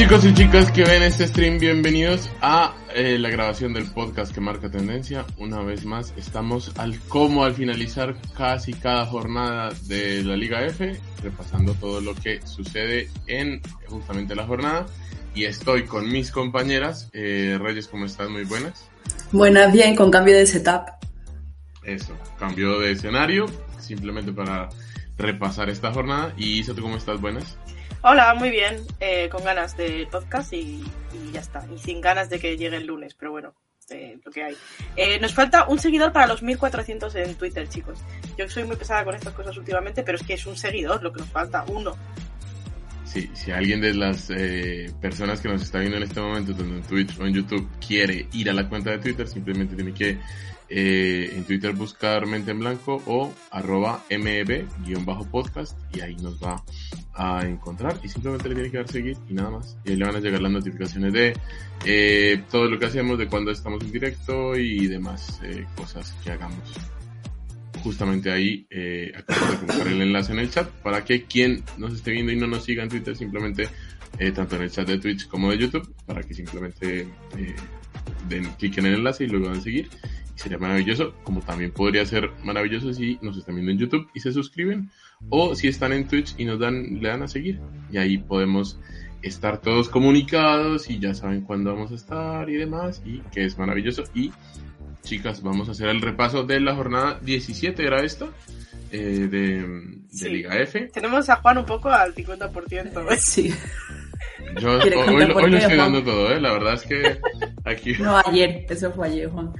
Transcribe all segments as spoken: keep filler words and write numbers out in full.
Chicos y chicas que ven este stream, bienvenidos a eh, la grabación del podcast que marca tendencia. Una vez más estamos al como al finalizar casi cada jornada de la Liga F, repasando todo lo que sucede en justamente la jornada, y estoy con mis compañeras. eh, Reyes, ¿cómo estás? Muy buenas. Buenas, bien, con cambio de setup. Eso, cambio de escenario simplemente para repasar esta jornada. Y Isa, ¿tú cómo estás? Buenas. Hola, muy bien, eh, con ganas de podcast y, y ya está, y sin ganas de que llegue el lunes, pero bueno, eh, lo que hay. Eh, nos falta un seguidor para los mil cuatrocientos en Twitter, chicos. Yo soy muy pesada con estas cosas últimamente, pero es que es un seguidor lo que nos falta, uno. Sí, si alguien de las eh, personas que nos está viendo en este momento, tanto en Twitch o en YouTube, quiere ir a la cuenta de Twitter, simplemente tiene que eh, en Twitter buscar Mente en Blanco o arroba meb-podcast y ahí nos va a encontrar y simplemente le tiene que dar seguir y nada más. Y ahí le van a llegar las notificaciones de eh, todo lo que hacemos, de cuando estamos en directo y demás eh, cosas que hagamos. Justamente ahí eh, acabo de colocar el enlace en el chat para que quien nos esté viendo y no nos siga en Twitter, simplemente eh, tanto en el chat de Twitch como de YouTube, para que simplemente eh, den clic en el enlace y luego dan seguir. Y sería maravilloso, como también podría ser maravilloso si nos están viendo en YouTube y se suscriben, o si están en Twitch y nos dan, le dan a seguir, y ahí podemos estar todos comunicados y ya saben cuándo vamos a estar y demás, y que es maravilloso. Y chicas, vamos a hacer el repaso de la jornada diecisiete, ¿era esta? Eh, de, de Sí. Liga F. Tenemos a Juan un poco al cincuenta por ciento. Sí. Yo ¿Quieres hoy, contar hoy, por hoy lo qué, estoy Juan? dando todo, ¿eh? La verdad es que aquí No, ayer, eso fue ayer, Juan.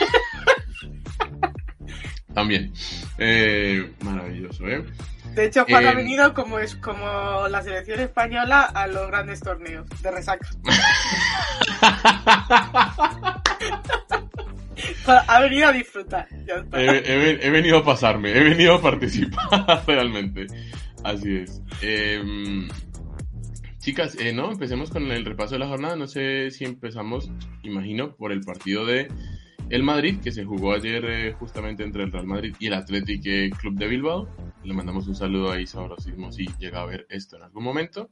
también. Eh, maravilloso, ¿eh? De hecho, Juan Eh, ha venido como es como la selección española a los grandes torneos de resaca. Ha venido a disfrutar. Ya está. He, he- he venido a pasarme, he venido a participar realmente. Así es. Eh, chicas, eh, no, empecemos con el repaso de la jornada. No sé si empezamos, imagino, por el partido de el Madrid, que se jugó ayer eh, justamente entre el Real Madrid y el Athletic eh, Club de Bilbao. Le mandamos un saludo a Isa Orosismo si llega a ver esto en algún momento.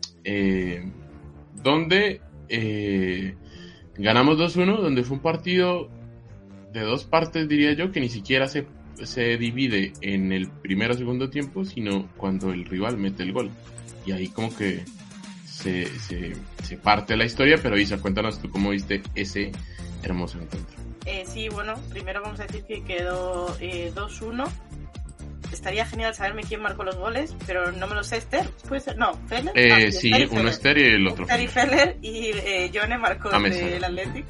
Eh, donde eh, ganamos dos uno, donde fue un partido de dos partes, diría yo, que ni siquiera se, se divide en el primero o segundo tiempo, sino cuando el rival mete el gol. Y ahí como que se, se, se parte la historia, pero Isa, cuéntanos tú cómo viste ese hermoso encuentro. Eh, sí, bueno, primero vamos a decir que quedó eh, dos uno. Estaría genial saberme quién marcó los goles, pero no me lo sé. Esther, ¿puede ser? No, Feller. Eh, Ah, sí, Esther y uno Feller. Esther y el otro Esther y Feller y eh, Jone marcó Ah, me el suena. del Athletic.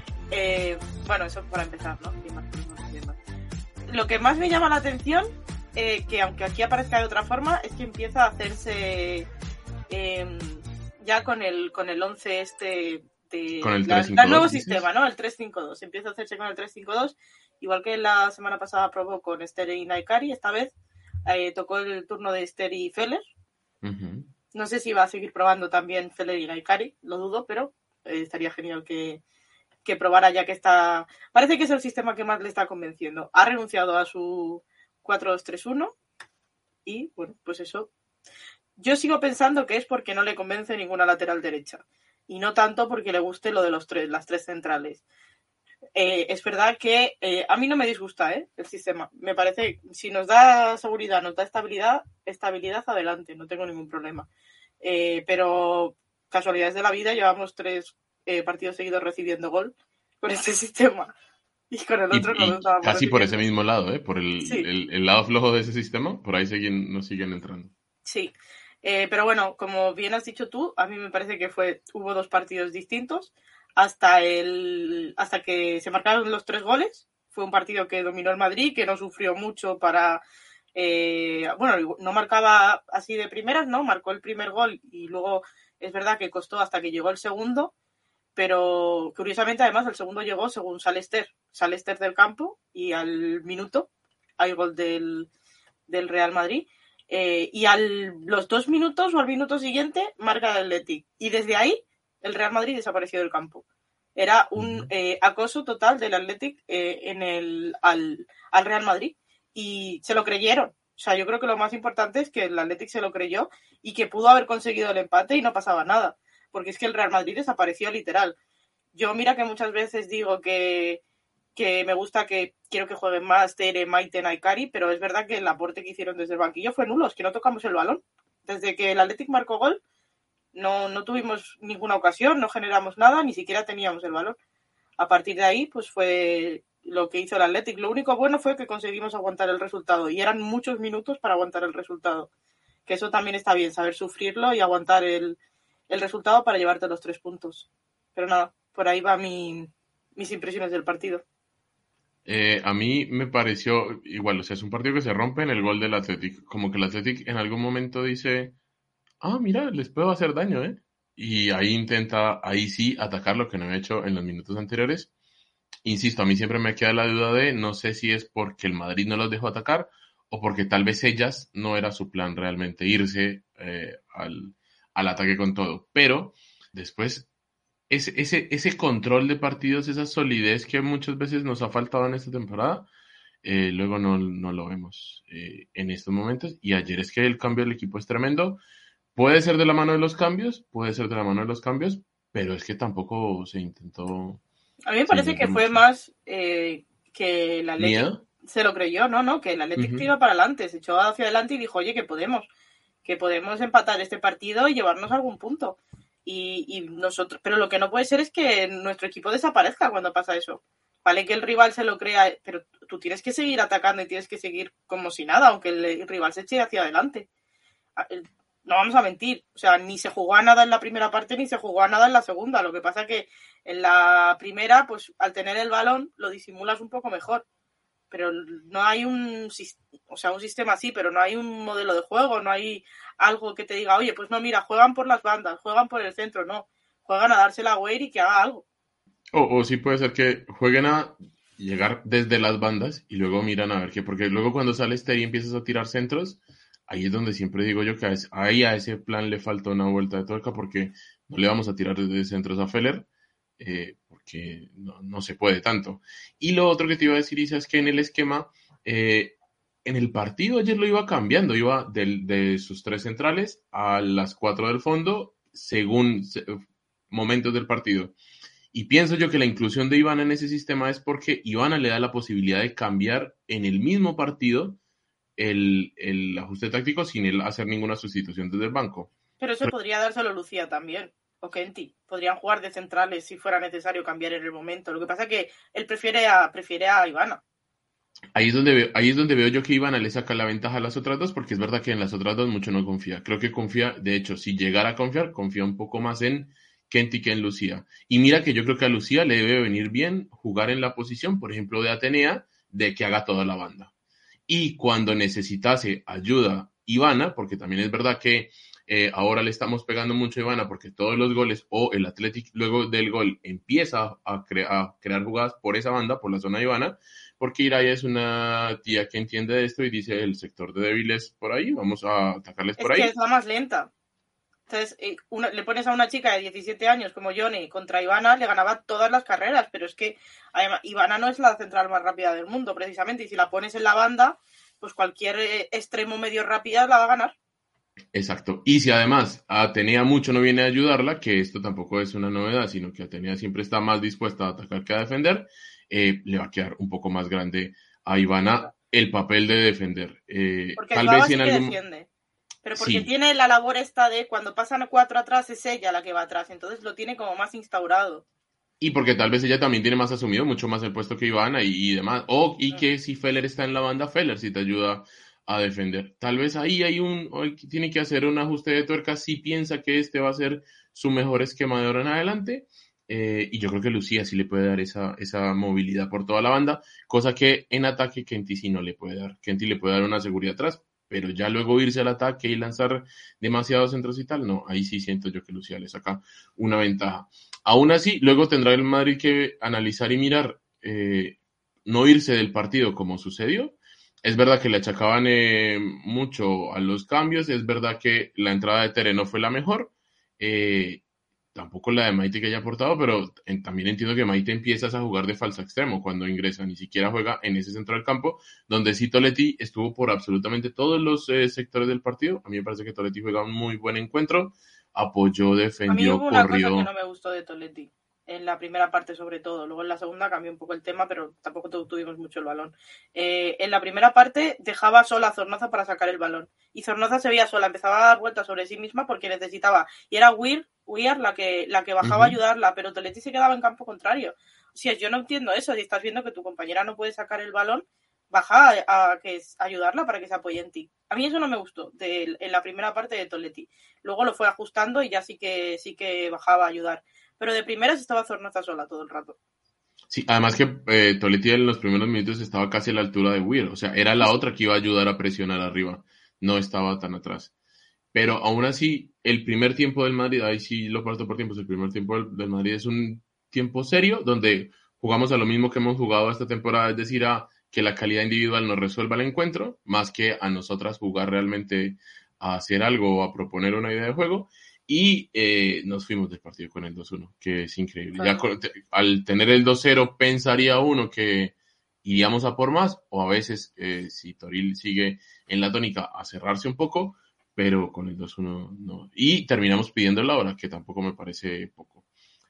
Eh, bueno, eso para empezar, ¿no? ¿Quién marcó los goles y demás? Lo que más me llama la atención, eh, que aunque aquí aparezca de otra forma, es que empieza a hacerse eh, ya con el con el once este de Con el la- tres cinco dos, el nuevo ¿dices? sistema, ¿no? El tres cinco dos. Empieza a hacerse con el tres cinco dos, igual que la semana pasada probó con Esther y Naikari. Esta vez eh, tocó el turno de Esther y Feller. Ujú. No sé si va a seguir probando también Feller y Naikari, lo dudo, pero eh, estaría genial que, que probara, ya que está... Parece que es el sistema que más le está convenciendo. Ha renunciado a su cuatro dos tres uno y, bueno, pues eso. Yo sigo pensando que es porque no le convence ninguna lateral derecha y no tanto porque le guste lo de los tres, las tres centrales. Eh, es verdad que eh, a mí no me disgusta ¿eh? el sistema. Me parece, si nos da seguridad, nos da estabilidad, estabilidad adelante, no tengo ningún problema. Eh, pero casualidades de la vida, llevamos tres eh, partidos seguidos recibiendo gol con este sistema y con el Y, otro no y lo estábamos casi por ese recibiendo. mismo lado, ¿eh? Por el, Sí. el, el lado flojo de ese sistema, por ahí siguen, nos siguen entrando. Sí, eh, pero bueno, como bien has dicho tú, a mí me parece que fue hubo dos partidos distintos hasta el hasta que se marcaron los tres goles. Fue un partido que dominó el Madrid, que no sufrió mucho para... Eh, bueno, no marcaba así de primeras, ¿no? Marcó el primer gol y luego es verdad que costó hasta que llegó el segundo, pero curiosamente además el segundo llegó según sale Esther, sale Esther del campo y al minuto hay gol del, del Real Madrid. Eh, y a los dos minutos o al minuto siguiente marca el Athletic. Y desde ahí el Real Madrid desapareció del campo. Era un eh, acoso total del Athletic eh, en el, al, al Real Madrid. Y se lo creyeron. O sea, yo creo que lo más importante es que el Athletic se lo creyó y que pudo haber conseguido el empate y no pasaba nada. porque es que el Real Madrid desapareció literal. Yo mira que muchas veces digo que, que me gusta que quiero que jueguen más Tere, Maite, Naikari, pero es verdad que el aporte que hicieron desde el banquillo fue nulo, es que no tocamos el balón. Desde que el Athletic marcó gol, no, no tuvimos ninguna ocasión, no generamos nada, ni siquiera teníamos el balón. A partir de ahí, pues fue lo que hizo el Athletic. Lo único bueno fue que conseguimos aguantar el resultado, y eran muchos minutos para aguantar el resultado. Que eso también está bien, saber sufrirlo y aguantar el, el resultado para llevarte los tres puntos. Pero nada, por ahí va mi, mis impresiones del partido. Eh, a mí me pareció igual, o sea, es un partido que se rompe en el gol del Athletic. Como que el Athletic en algún momento dice, ah, mira, les puedo hacer daño, ¿eh? Y ahí intenta, ahí sí, atacar lo que no había hecho en los minutos anteriores. Insisto, a mí siempre me queda la duda de, no sé si es porque el Madrid no los dejó atacar o porque tal vez ellas no era su plan realmente irse eh, al, al ataque con todo. Pero después, ese, ese, ese control de partidos, esa solidez que muchas veces nos ha faltado en esta temporada, eh, luego no, no lo vemos eh, en estos momentos. Y ayer es que el cambio del equipo es tremendo. Puede ser de la mano de los cambios, puede ser de la mano de los cambios, pero es que tampoco se intentó. A mí me parece que fue mucho. más eh, que el Athletic ¿Miedo? se lo creyó, ¿no? no Que el Athletic Uh-huh. iba para adelante, se echó hacia adelante y dijo, oye, que podemos, que podemos empatar este partido y llevarnos algún punto. Y, y nosotros, pero lo que no puede ser es que nuestro equipo desaparezca cuando pasa eso. Vale que el rival se lo crea, pero tú tienes que seguir atacando y tienes que seguir como si nada, aunque el rival se eche hacia adelante. No vamos a mentir, o sea, ni se jugó a nada en la primera parte ni se jugó a nada en la segunda. Lo que pasa que en la primera, pues al tener el balón lo disimulas un poco mejor, pero no hay un, o sea, un sistema así, pero no hay un modelo de juego, no hay algo que te diga, oye, pues no, mira, juegan por las bandas, juegan por el centro, no, juegan a dársela a Weir y que haga algo. O, o sí puede ser que jueguen a llegar desde las bandas y luego miran a ver qué, porque luego cuando sales Terry y empiezas a tirar centros, ahí es donde siempre digo yo que a ese, ahí a ese plan le falta una vuelta de tuerca, porque no le vamos a tirar desde centros a Feller, eh, porque no, no se puede tanto. Y lo otro que te iba a decir, Isa, es que en el esquema, eh, en el partido ayer lo iba cambiando, iba del- de sus tres centrales a las cuatro del fondo, según se- momentos del partido. Y pienso yo que la inclusión de Ivana en ese sistema es porque Ivana le da la posibilidad de cambiar en el mismo partido el, el ajuste táctico sin él hacer ninguna sustitución desde el banco. Pero eso podría dárselo Lucía también, o Kenty. Podrían jugar de centrales si fuera necesario cambiar en el momento. Lo que pasa es que él prefiere a, prefiere a Ivana. Ahí es, donde veo, ahí es donde veo yo que Ivana le saca la ventaja a las otras dos, porque es verdad que en las otras dos mucho no confía. Creo que confía, de hecho, si llegara a confiar, confía un poco más en Kenty que en Lucía. Y mira que yo creo que a Lucía le debe venir bien jugar en la posición, por ejemplo, de Atenea, de que haga toda la banda. Y cuando necesitase ayuda Ivana, porque también es verdad que eh, ahora le estamos pegando mucho a Ivana porque todos los goles o el Athletic luego del gol empieza a, cre- a crear jugadas por esa banda, por la zona de Ivana, porque Iraya es una tía que entiende de esto y dice el sector de débiles por ahí, vamos a atacarles Es por que ahí. es la más lenta. Entonces, eh, una, le pones a una chica de diecisiete años como Johnny contra Ivana, le ganaba todas las carreras, pero es que además, Ivana no es la central más rápida del mundo, precisamente, y si la pones en la banda, pues cualquier eh, extremo medio rápida la va a ganar. Exacto. Y si además Atenea mucho no viene a ayudarla, que esto tampoco es una novedad, sino que Atenea siempre está más dispuesta a atacar que a defender, eh, le va a quedar un poco más grande a Ivana el papel de defender. Eh, Porque tal Baba vez si sí en que algún... defiende. Pero porque Sí, tiene la labor esta de cuando pasan a cuatro atrás es ella la que va atrás. Entonces lo tiene como más instaurado. y porque tal vez ella también tiene más asumido, mucho más el puesto que Ivana y, y demás. O, y que si Feller está en la banda, Feller sí te ayuda a defender. Tal vez ahí hay un, o tiene que hacer un ajuste de tuerca si piensa que este va a ser su mejor esquema de ahora en adelante. Eh, y yo creo que Lucía sí le puede dar esa, esa movilidad por toda la banda, cosa que en ataque Kenty sí no le puede dar. Kenty le puede dar una seguridad atrás, pero ya luego irse al ataque y lanzar demasiados centros y tal, no, ahí sí siento yo que Lucía le saca una ventaja. Aún así, luego tendrá el Madrid que analizar y mirar, eh, no irse del partido como sucedió. Es verdad que le achacaban eh, mucho a los cambios, es verdad que la entrada de Tere no fue la mejor, eh, tampoco la de Maite que haya aportado, pero en, también entiendo que Maite empiezas a jugar de falsa extremo cuando ingresa, ni siquiera juega en ese centro del campo, donde sí Toletti estuvo por absolutamente todos los eh, sectores del partido. A mí me parece que Toletti juega un muy buen encuentro, apoyó, A mí defendió, hubo una cosa corrió. que no me gustó de Toletti, en la primera parte sobre todo. Luego en la segunda cambió un poco el tema, pero tampoco tu- tuvimos mucho el balón. Eh, en la primera parte dejaba sola a Zornoza para sacar el balón. Y Zornoza se veía sola, empezaba a dar vueltas sobre sí misma porque necesitaba. Y era Weir, Weir la que, la que bajaba a Ujú. ayudarla, pero Toletti se quedaba en campo contrario. O sea, yo no entiendo eso. Si estás viendo que tu compañera no puede sacar el balón, baja a, a que es- a ayudarla para que se apoye en ti. A mí eso no me gustó de, en la primera parte de Toletti. Luego lo fue ajustando y ya sí que sí que bajaba a ayudar. Pero de primeras estaba Zornoza sola todo el rato. Sí, además que eh, Toletti en los primeros minutos estaba casi a la altura de Weir, o sea, era Sí, la sí. otra que iba a ayudar a presionar arriba, no estaba tan atrás. Pero aún así, el primer tiempo del Madrid, ahí sí lo parto por tiempos, el primer tiempo del, del Madrid es un tiempo serio, donde jugamos a lo mismo que hemos jugado esta temporada, es decir, a que la calidad individual nos resuelva el encuentro, más que a nosotras jugar realmente a hacer algo o a proponer una idea de juego. Y eh, nos fuimos del partido con el dos uno, que es increíble. Ya Claro. con- te- al tener el dos cero pensaría uno que iríamos a por más, o a veces, eh, si Toril sigue en la tónica, a cerrarse un poco, pero con el dos uno no. Y terminamos pidiendo la hora, que tampoco me parece poco.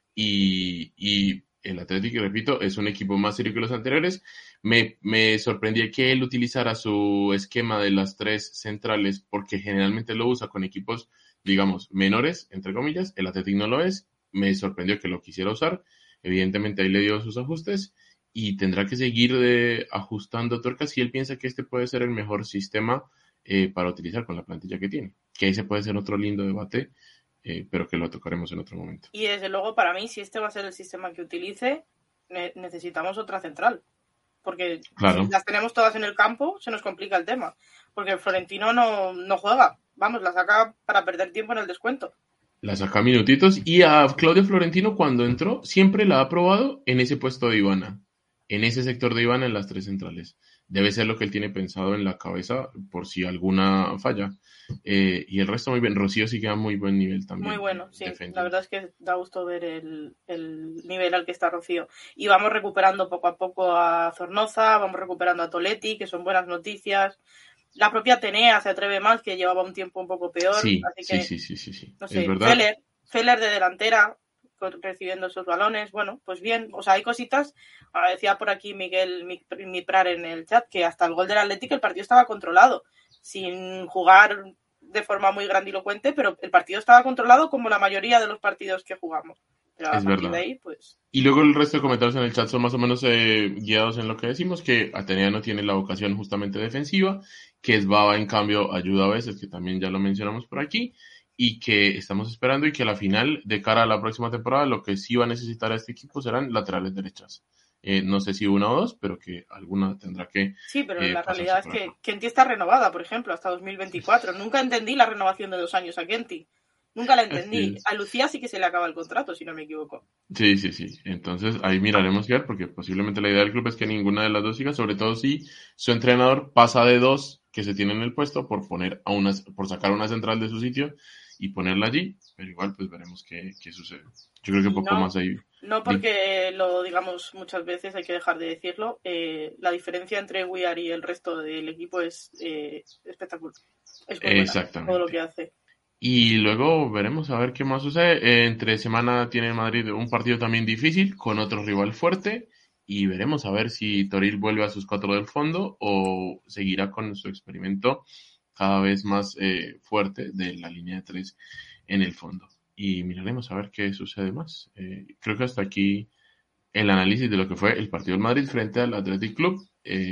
Y, y el Atlético, repito, es un equipo más serio que los anteriores. Me, me sorprendió que él utilizara su esquema de las tres centrales, porque generalmente lo usa con equipos, digamos, menores, entre comillas. El Atlético no lo es. Me sorprendió que lo quisiera usar. Evidentemente ahí le dio sus ajustes y tendrá que seguir de, ajustando tuercas si él piensa que este puede ser el mejor sistema eh, para utilizar con la plantilla que tiene. Que ese puede ser otro lindo debate, eh, pero que lo tocaremos en otro momento. Y desde luego, para mí, si este va a ser el sistema que utilice, ne- necesitamos otra central. Porque si Claro, las tenemos todas en el campo, se nos complica el tema. Porque Florentino no, no juega. Vamos, la saca para perder tiempo en el descuento. la saca minutitos y a Claudio Florentino cuando entró siempre la ha probado en ese puesto de Ivana, en ese sector de Ivana en las tres centrales. Debe ser lo que él tiene pensado en la cabeza por si alguna falla. Eh, y el resto muy bien. Rocío sí queda a muy buen nivel Muy también, bueno, sí. La defendiendo. verdad es que da gusto ver el, el nivel al que está Rocío. Y vamos recuperando poco a poco a Zornoza, vamos recuperando a Toletti, que son buenas noticias. La propia Atenea se atreve más, que llevaba un tiempo un poco peor. Sí, Así sí, que, sí, sí, sí, sí. no Es sé, verdad. Feller, Feller de delantera, con- recibiendo esos balones. Bueno, pues bien, o sea, hay cositas. Ahora decía por aquí Miguel Mi- Miprar en el chat que hasta el gol del Atlético el partido estaba controlado, sin jugar de forma muy grandilocuente, pero el partido estaba controlado como la mayoría de los partidos que jugamos. Pero a Es partir de verdad. ahí, pues Y luego el resto de comentarios en el chat son más o menos eh, guiados en lo que decimos, que Atenea no tiene la vocación justamente defensiva, que es Baba en cambio ayuda a veces, que también ya lo mencionamos por aquí, y que estamos esperando y que a la final, de cara a la próxima temporada, lo que sí va a necesitar a este equipo serán laterales derechas. Eh, no sé si una o dos, pero que alguna tendrá que sí, pero eh, la pasarse realidad es por acá. que Kenty está renovada, por ejemplo, hasta dos mil veinticuatro. Nunca entendí la renovación de dos años a Kenty. Nunca la Así entendí. es. A Lucía sí que se le acaba el contrato, si no me equivoco. Sí, sí, sí. Entonces ahí miraremos qué, porque posiblemente la idea del club es que ninguna de las dos siga, sobre todo si su entrenador pasa de dos que se tiene en el puesto por poner a una, por sacar una central de su sitio y ponerla allí, pero igual pues veremos qué, qué sucede. Yo creo que Y poco no, más ahí. no Di- porque lo digamos muchas veces, hay que dejar de decirlo, eh, la diferencia entre We Are y el resto del equipo es eh, espectacular. Es muy buena todo lo que Exactamente. hace. Y luego veremos a ver qué más sucede. Eh, entre semana tiene Madrid un partido también difícil con otro rival fuerte y veremos a ver si Toril vuelve a sus cuatro del fondo o seguirá con su experimento cada vez más eh, fuerte de la línea de tres en el fondo. Y miraremos a ver qué sucede más. Eh, creo que hasta aquí el análisis de lo que fue el partido del Madrid frente al Athletic Club. Eh,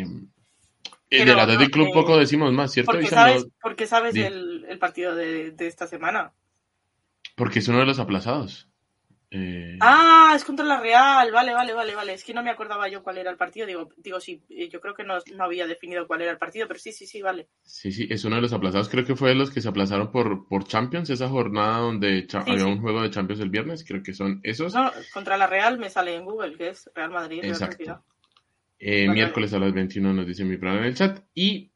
eh, del Pero no, Athletic Club poco eh, decimos más, ¿cierto, porque Isa? No, sabes, porque sabes di- el, el partido de, de esta semana. porque es uno de los aplazados. Eh, Ah, es contra la Real, vale, vale, vale, vale. Es que no me acordaba yo cuál era el partido. Digo, digo sí, eh, yo creo que no, no había definido cuál era el partido, pero sí, sí, sí, vale. Sí, sí, es uno de los aplazados. Creo que fue de los que se aplazaron por, por Champions, esa jornada donde cha- Sí, había un sí. juego de Champions el viernes. Creo que son esos. No, contra la Real me sale en Google, que es Real Madrid, Real Sociedad. Exacto. Eh, Vale, vale. miércoles a las veintiuna nos dice mi plan en el chat. Y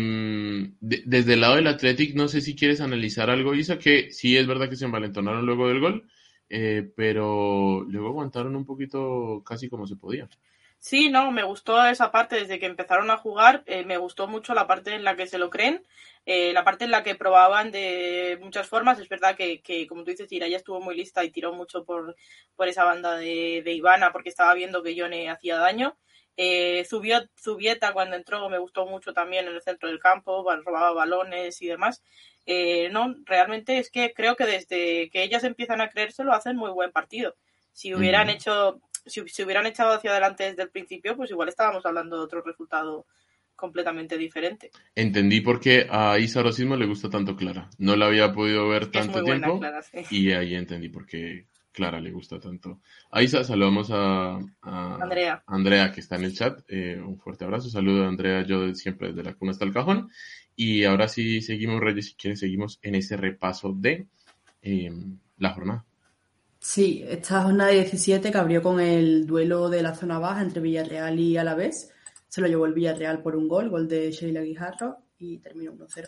em, de- desde el lado del Athletic, no sé si quieres analizar algo, Isa, que sí es verdad que se envalentonaron luego del gol, eh, pero luego aguantaron un poquito casi como se podía. Sí, no, me gustó esa parte desde que empezaron a jugar, eh, me gustó mucho la parte en la que se lo creen, eh, la parte en la que probaban de muchas formas. Es verdad que, que como tú dices, Jiraya estuvo muy lista y tiró mucho por, por esa banda de, de Ivana porque estaba viendo que Yone hacía daño. Eh, Zubieta, Zubieta cuando entró me gustó mucho también en el centro del campo, robaba balones y demás. Eh, no, realmente es que creo que desde que ellas empiezan a creérselo hacen muy buen partido. Si hubieran Ujú. hecho... Si se hubieran echado hacia adelante desde el principio, pues igual estábamos hablando de otro resultado completamente diferente. Entendí por qué a Isa ahora mismo le gusta tanto Clara. No la había podido ver Es que es muy tanto buena, tiempo Clara, sí. y ahí entendí por qué Clara le gusta tanto. A Isa saludamos a, a Andrea. Andrea que está en el chat. Eh, un fuerte abrazo. Saludo a Andrea, yo de siempre desde la cuna hasta el cajón. Y ahora sí seguimos, Reyes, si quieres, seguimos en ese repaso de eh, la jornada. Sí, esta jornada diecisiete que abrió con el duelo de la zona baja entre Villarreal y Alavés. Se lo llevó el Villarreal por un gol, gol de Sheila Guijarro, y terminó uno cero.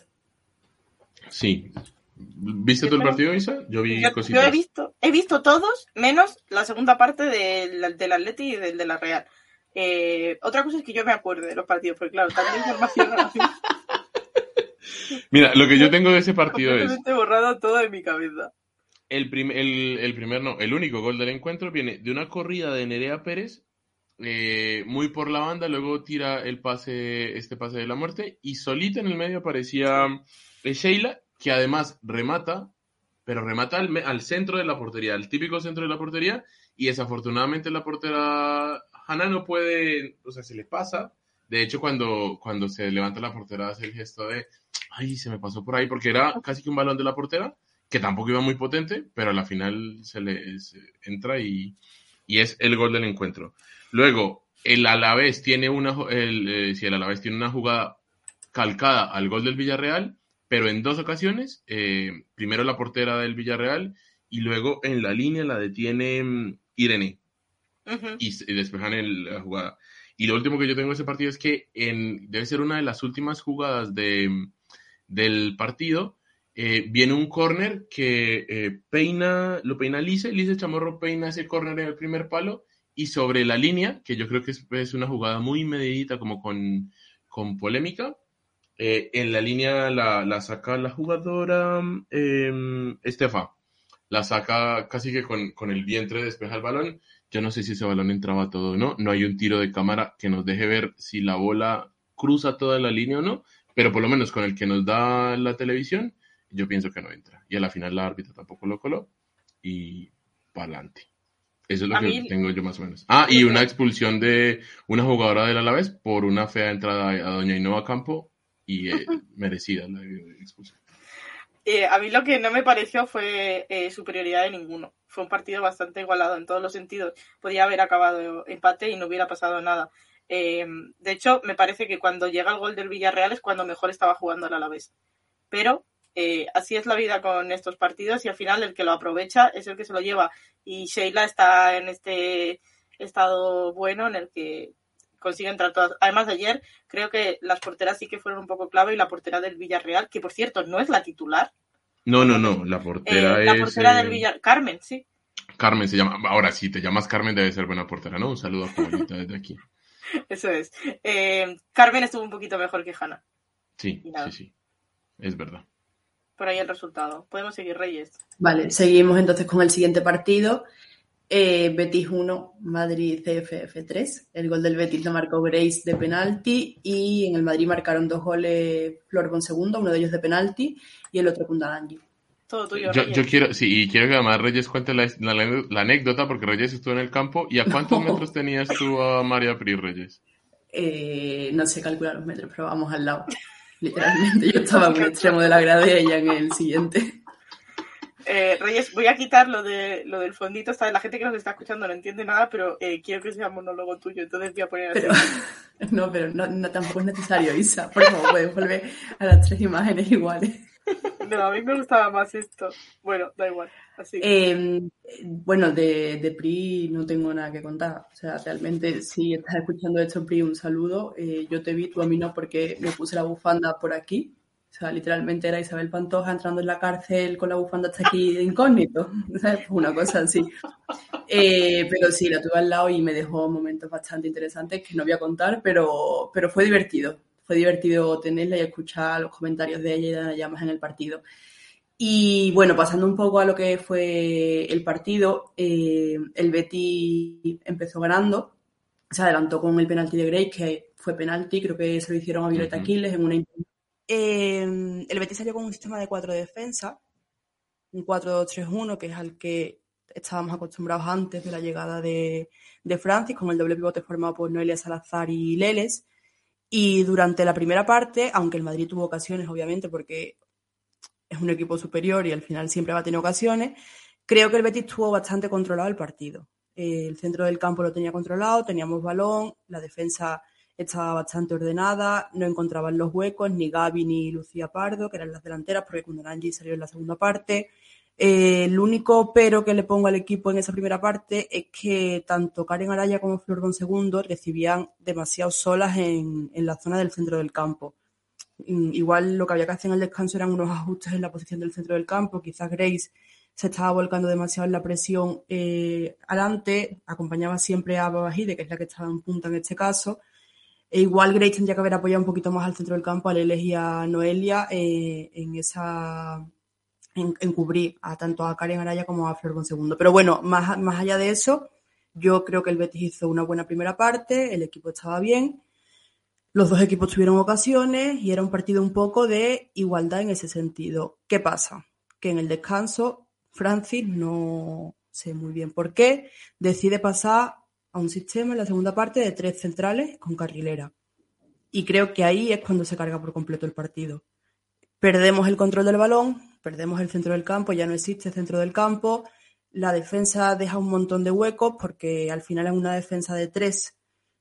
Sí. ¿Viste tú el partido, Isa? Yo vi Yo, cositas. yo he visto, he visto todos, menos la segunda parte del, del Atleti y del de la Real. Eh, otra cosa es que yo me acuerdo de los partidos, porque claro, tanta información ahora mismo. Mira, lo que yo tengo de ese partido es... completamente borrado todo de mi cabeza. El, prim- el, el primer, no, el único gol del encuentro viene de una corrida de Nerea Pérez, eh, muy por la banda, luego tira el pase, este pase de la muerte, y solita en el medio aparecía eh, Sheila, que además remata, pero remata al, me- al centro de la portería, al típico centro de la portería, y desafortunadamente la portera Hanna no puede, o sea, se le pasa. De hecho, cuando, cuando se levanta la portera hace el gesto de, ay, se me pasó por ahí, porque era casi que un balón de la portera, que tampoco iba muy potente, pero a la final se le se entra y, y es el gol del encuentro. Luego, el Alavés tiene una, el, eh, si el Alavés tiene una jugada calcada al gol del Villarreal, pero en dos ocasiones, eh, primero la portera del Villarreal y luego en la línea la detiene um, Irene Uh-huh. y, y despejan el, la jugada. Y lo último que yo tengo de ese partido es que en, debe ser una de las últimas jugadas de, del partido. Eh, viene un córner que eh, peina, lo peina Lice, Lice Chamorro peina ese córner en el primer palo y sobre la línea, que yo creo que es, es una jugada muy medidita, como con, con polémica, eh, en la línea la, la saca la jugadora eh, Estefa, la saca casi que con, con el vientre, despeja el balón. Yo no sé si ese balón entraba todo o no, no hay un tiro de cámara que nos deje ver si la bola cruza toda la línea o no, pero por lo menos con el que nos da la televisión, yo pienso que no entra. Y a la final la árbitra tampoco lo coló y para adelante. Eso es lo A que mí, tengo yo más o menos. Ah, y una expulsión de una jugadora del Alavés por una fea entrada a doña Ainhoa Campo y eh, merecida la expulsión. eh, a mí lo que no me pareció fue eh, superioridad de ninguno. Fue un partido bastante igualado en todos los sentidos. Podía haber acabado empate y no hubiera pasado nada. Eh, de hecho, me parece que cuando llega el gol del Villarreal es cuando mejor estaba jugando el Alavés. Pero eh, así es la vida con estos partidos y al final el que lo aprovecha es el que se lo lleva. Y Sheila está en este estado bueno en el que consigue entrar todas. Además, de ayer creo que las porteras sí que fueron un poco clave y la portera del Villarreal, que por cierto no es la titular. No, no, no, la portera eh, la es... portera eh, del Villarreal, Carmen, sí. Carmen se llama. Ahora, si te llamas Carmen, debe ser buena portera, ¿no? Un saludo a Paulita desde aquí. Eso es. Eh, Carmen estuvo un poquito mejor que Hanna. Sí, sí, sí. Es verdad. Por ahí el resultado. Podemos seguir, Reyes. Vale, seguimos entonces con el siguiente partido. Eh, Betis uno, Madrid C F F tres. El gol del Betis lo marcó Grace de penalti y en el Madrid marcaron dos goles Flor Bonsegundo, uno de ellos de penalti y el otro Kundalangi. Todo tuyo, yo, Reyes. yo quiero, sí, y quiero que además Reyes cuente la, la, la anécdota porque Reyes estuvo en el campo. ¿Y a cuántos No. metros tenías tú a María Pri, Reyes? Eh, no sé calcular los metros, pero vamos al lado. Literalmente, yo estaba en un extremo de la grada y ella en el siguiente. Eh, Reyes, voy a quitar lo de lo del fondito. Está, la gente que nos está escuchando no entiende nada, pero eh, quiero que sea monólogo tuyo, entonces voy a poner así. Pero, no, pero no, no, tampoco es necesario, Isa. Por favor, puedes volver a las tres imágenes iguales. No, a mí me gustaba más esto. Bueno, da igual. Así. Eh, bueno, de, de Pri no tengo nada que contar. O sea, realmente, si estás escuchando esto, Pri, un saludo. Eh, yo te vi, tú a mí no, porque me puse la bufanda por aquí. O sea, literalmente era Isabel Pantoja entrando en la cárcel con la bufanda hasta aquí de incógnito. ¿Sabes? Una cosa así. Eh, pero sí, la tuve al lado y me dejó momentos bastante interesantes que no voy a contar, pero, pero fue divertido. Fue divertido tenerla y escuchar los comentarios de ella y de Ana Llamas en el partido. Y bueno, pasando un poco a lo que fue el partido, eh, el Betis empezó ganando, se adelantó con el penalti de Grace, que fue penalti, creo que se lo hicieron a Violeta Ujú. Aquiles en una... Eh, el Betis salió con un sistema de cuatro defensas, un cuatro dos tres uno, que es al que estábamos acostumbrados antes de la llegada de, de Francis, con el doble pivote formado por Noelia Salazar y Leles. Y durante la primera parte, aunque el Madrid tuvo ocasiones, obviamente, porque es un equipo superior y al final siempre va a tener ocasiones, creo que el Betis tuvo bastante controlado el partido. Eh, el centro del campo lo tenía controlado, teníamos balón, la defensa estaba bastante ordenada, no encontraban los huecos, ni Gaby ni Lucía Pardo, que eran las delanteras, porque Kundananji salió en la segunda parte. Eh, el único pero que le pongo al equipo en esa primera parte es que tanto Karen Araya como Flor Bonsegundo recibían demasiado solas en, en la zona del centro del campo. Igual lo que había que hacer en el descanso eran unos ajustes en la posición del centro del campo. Quizás Grace se estaba volcando demasiado en la presión eh, adelante, acompañaba siempre a Babajide, que es la que estaba en punta en este caso. E igual Grace tendría que haber apoyado un poquito más al centro del campo, a Leles y a Noelia eh, en esa en, en cubrir a tanto a Karen Araya como a Flor Bonsegundo. Pero bueno, más, más allá de eso, yo creo que el Betis hizo una buena primera parte, el equipo estaba bien. Los dos equipos tuvieron ocasiones y era un partido un poco de igualdad en ese sentido. ¿Qué pasa? Que en el descanso Francis, no sé muy bien por qué, decide pasar a un sistema en la segunda parte de tres centrales con carrilera. Y creo que ahí es cuando se carga por completo el partido. Perdemos el control del balón, perdemos el centro del campo, ya no existe centro del campo. La defensa deja un montón de huecos porque al final es una defensa de tres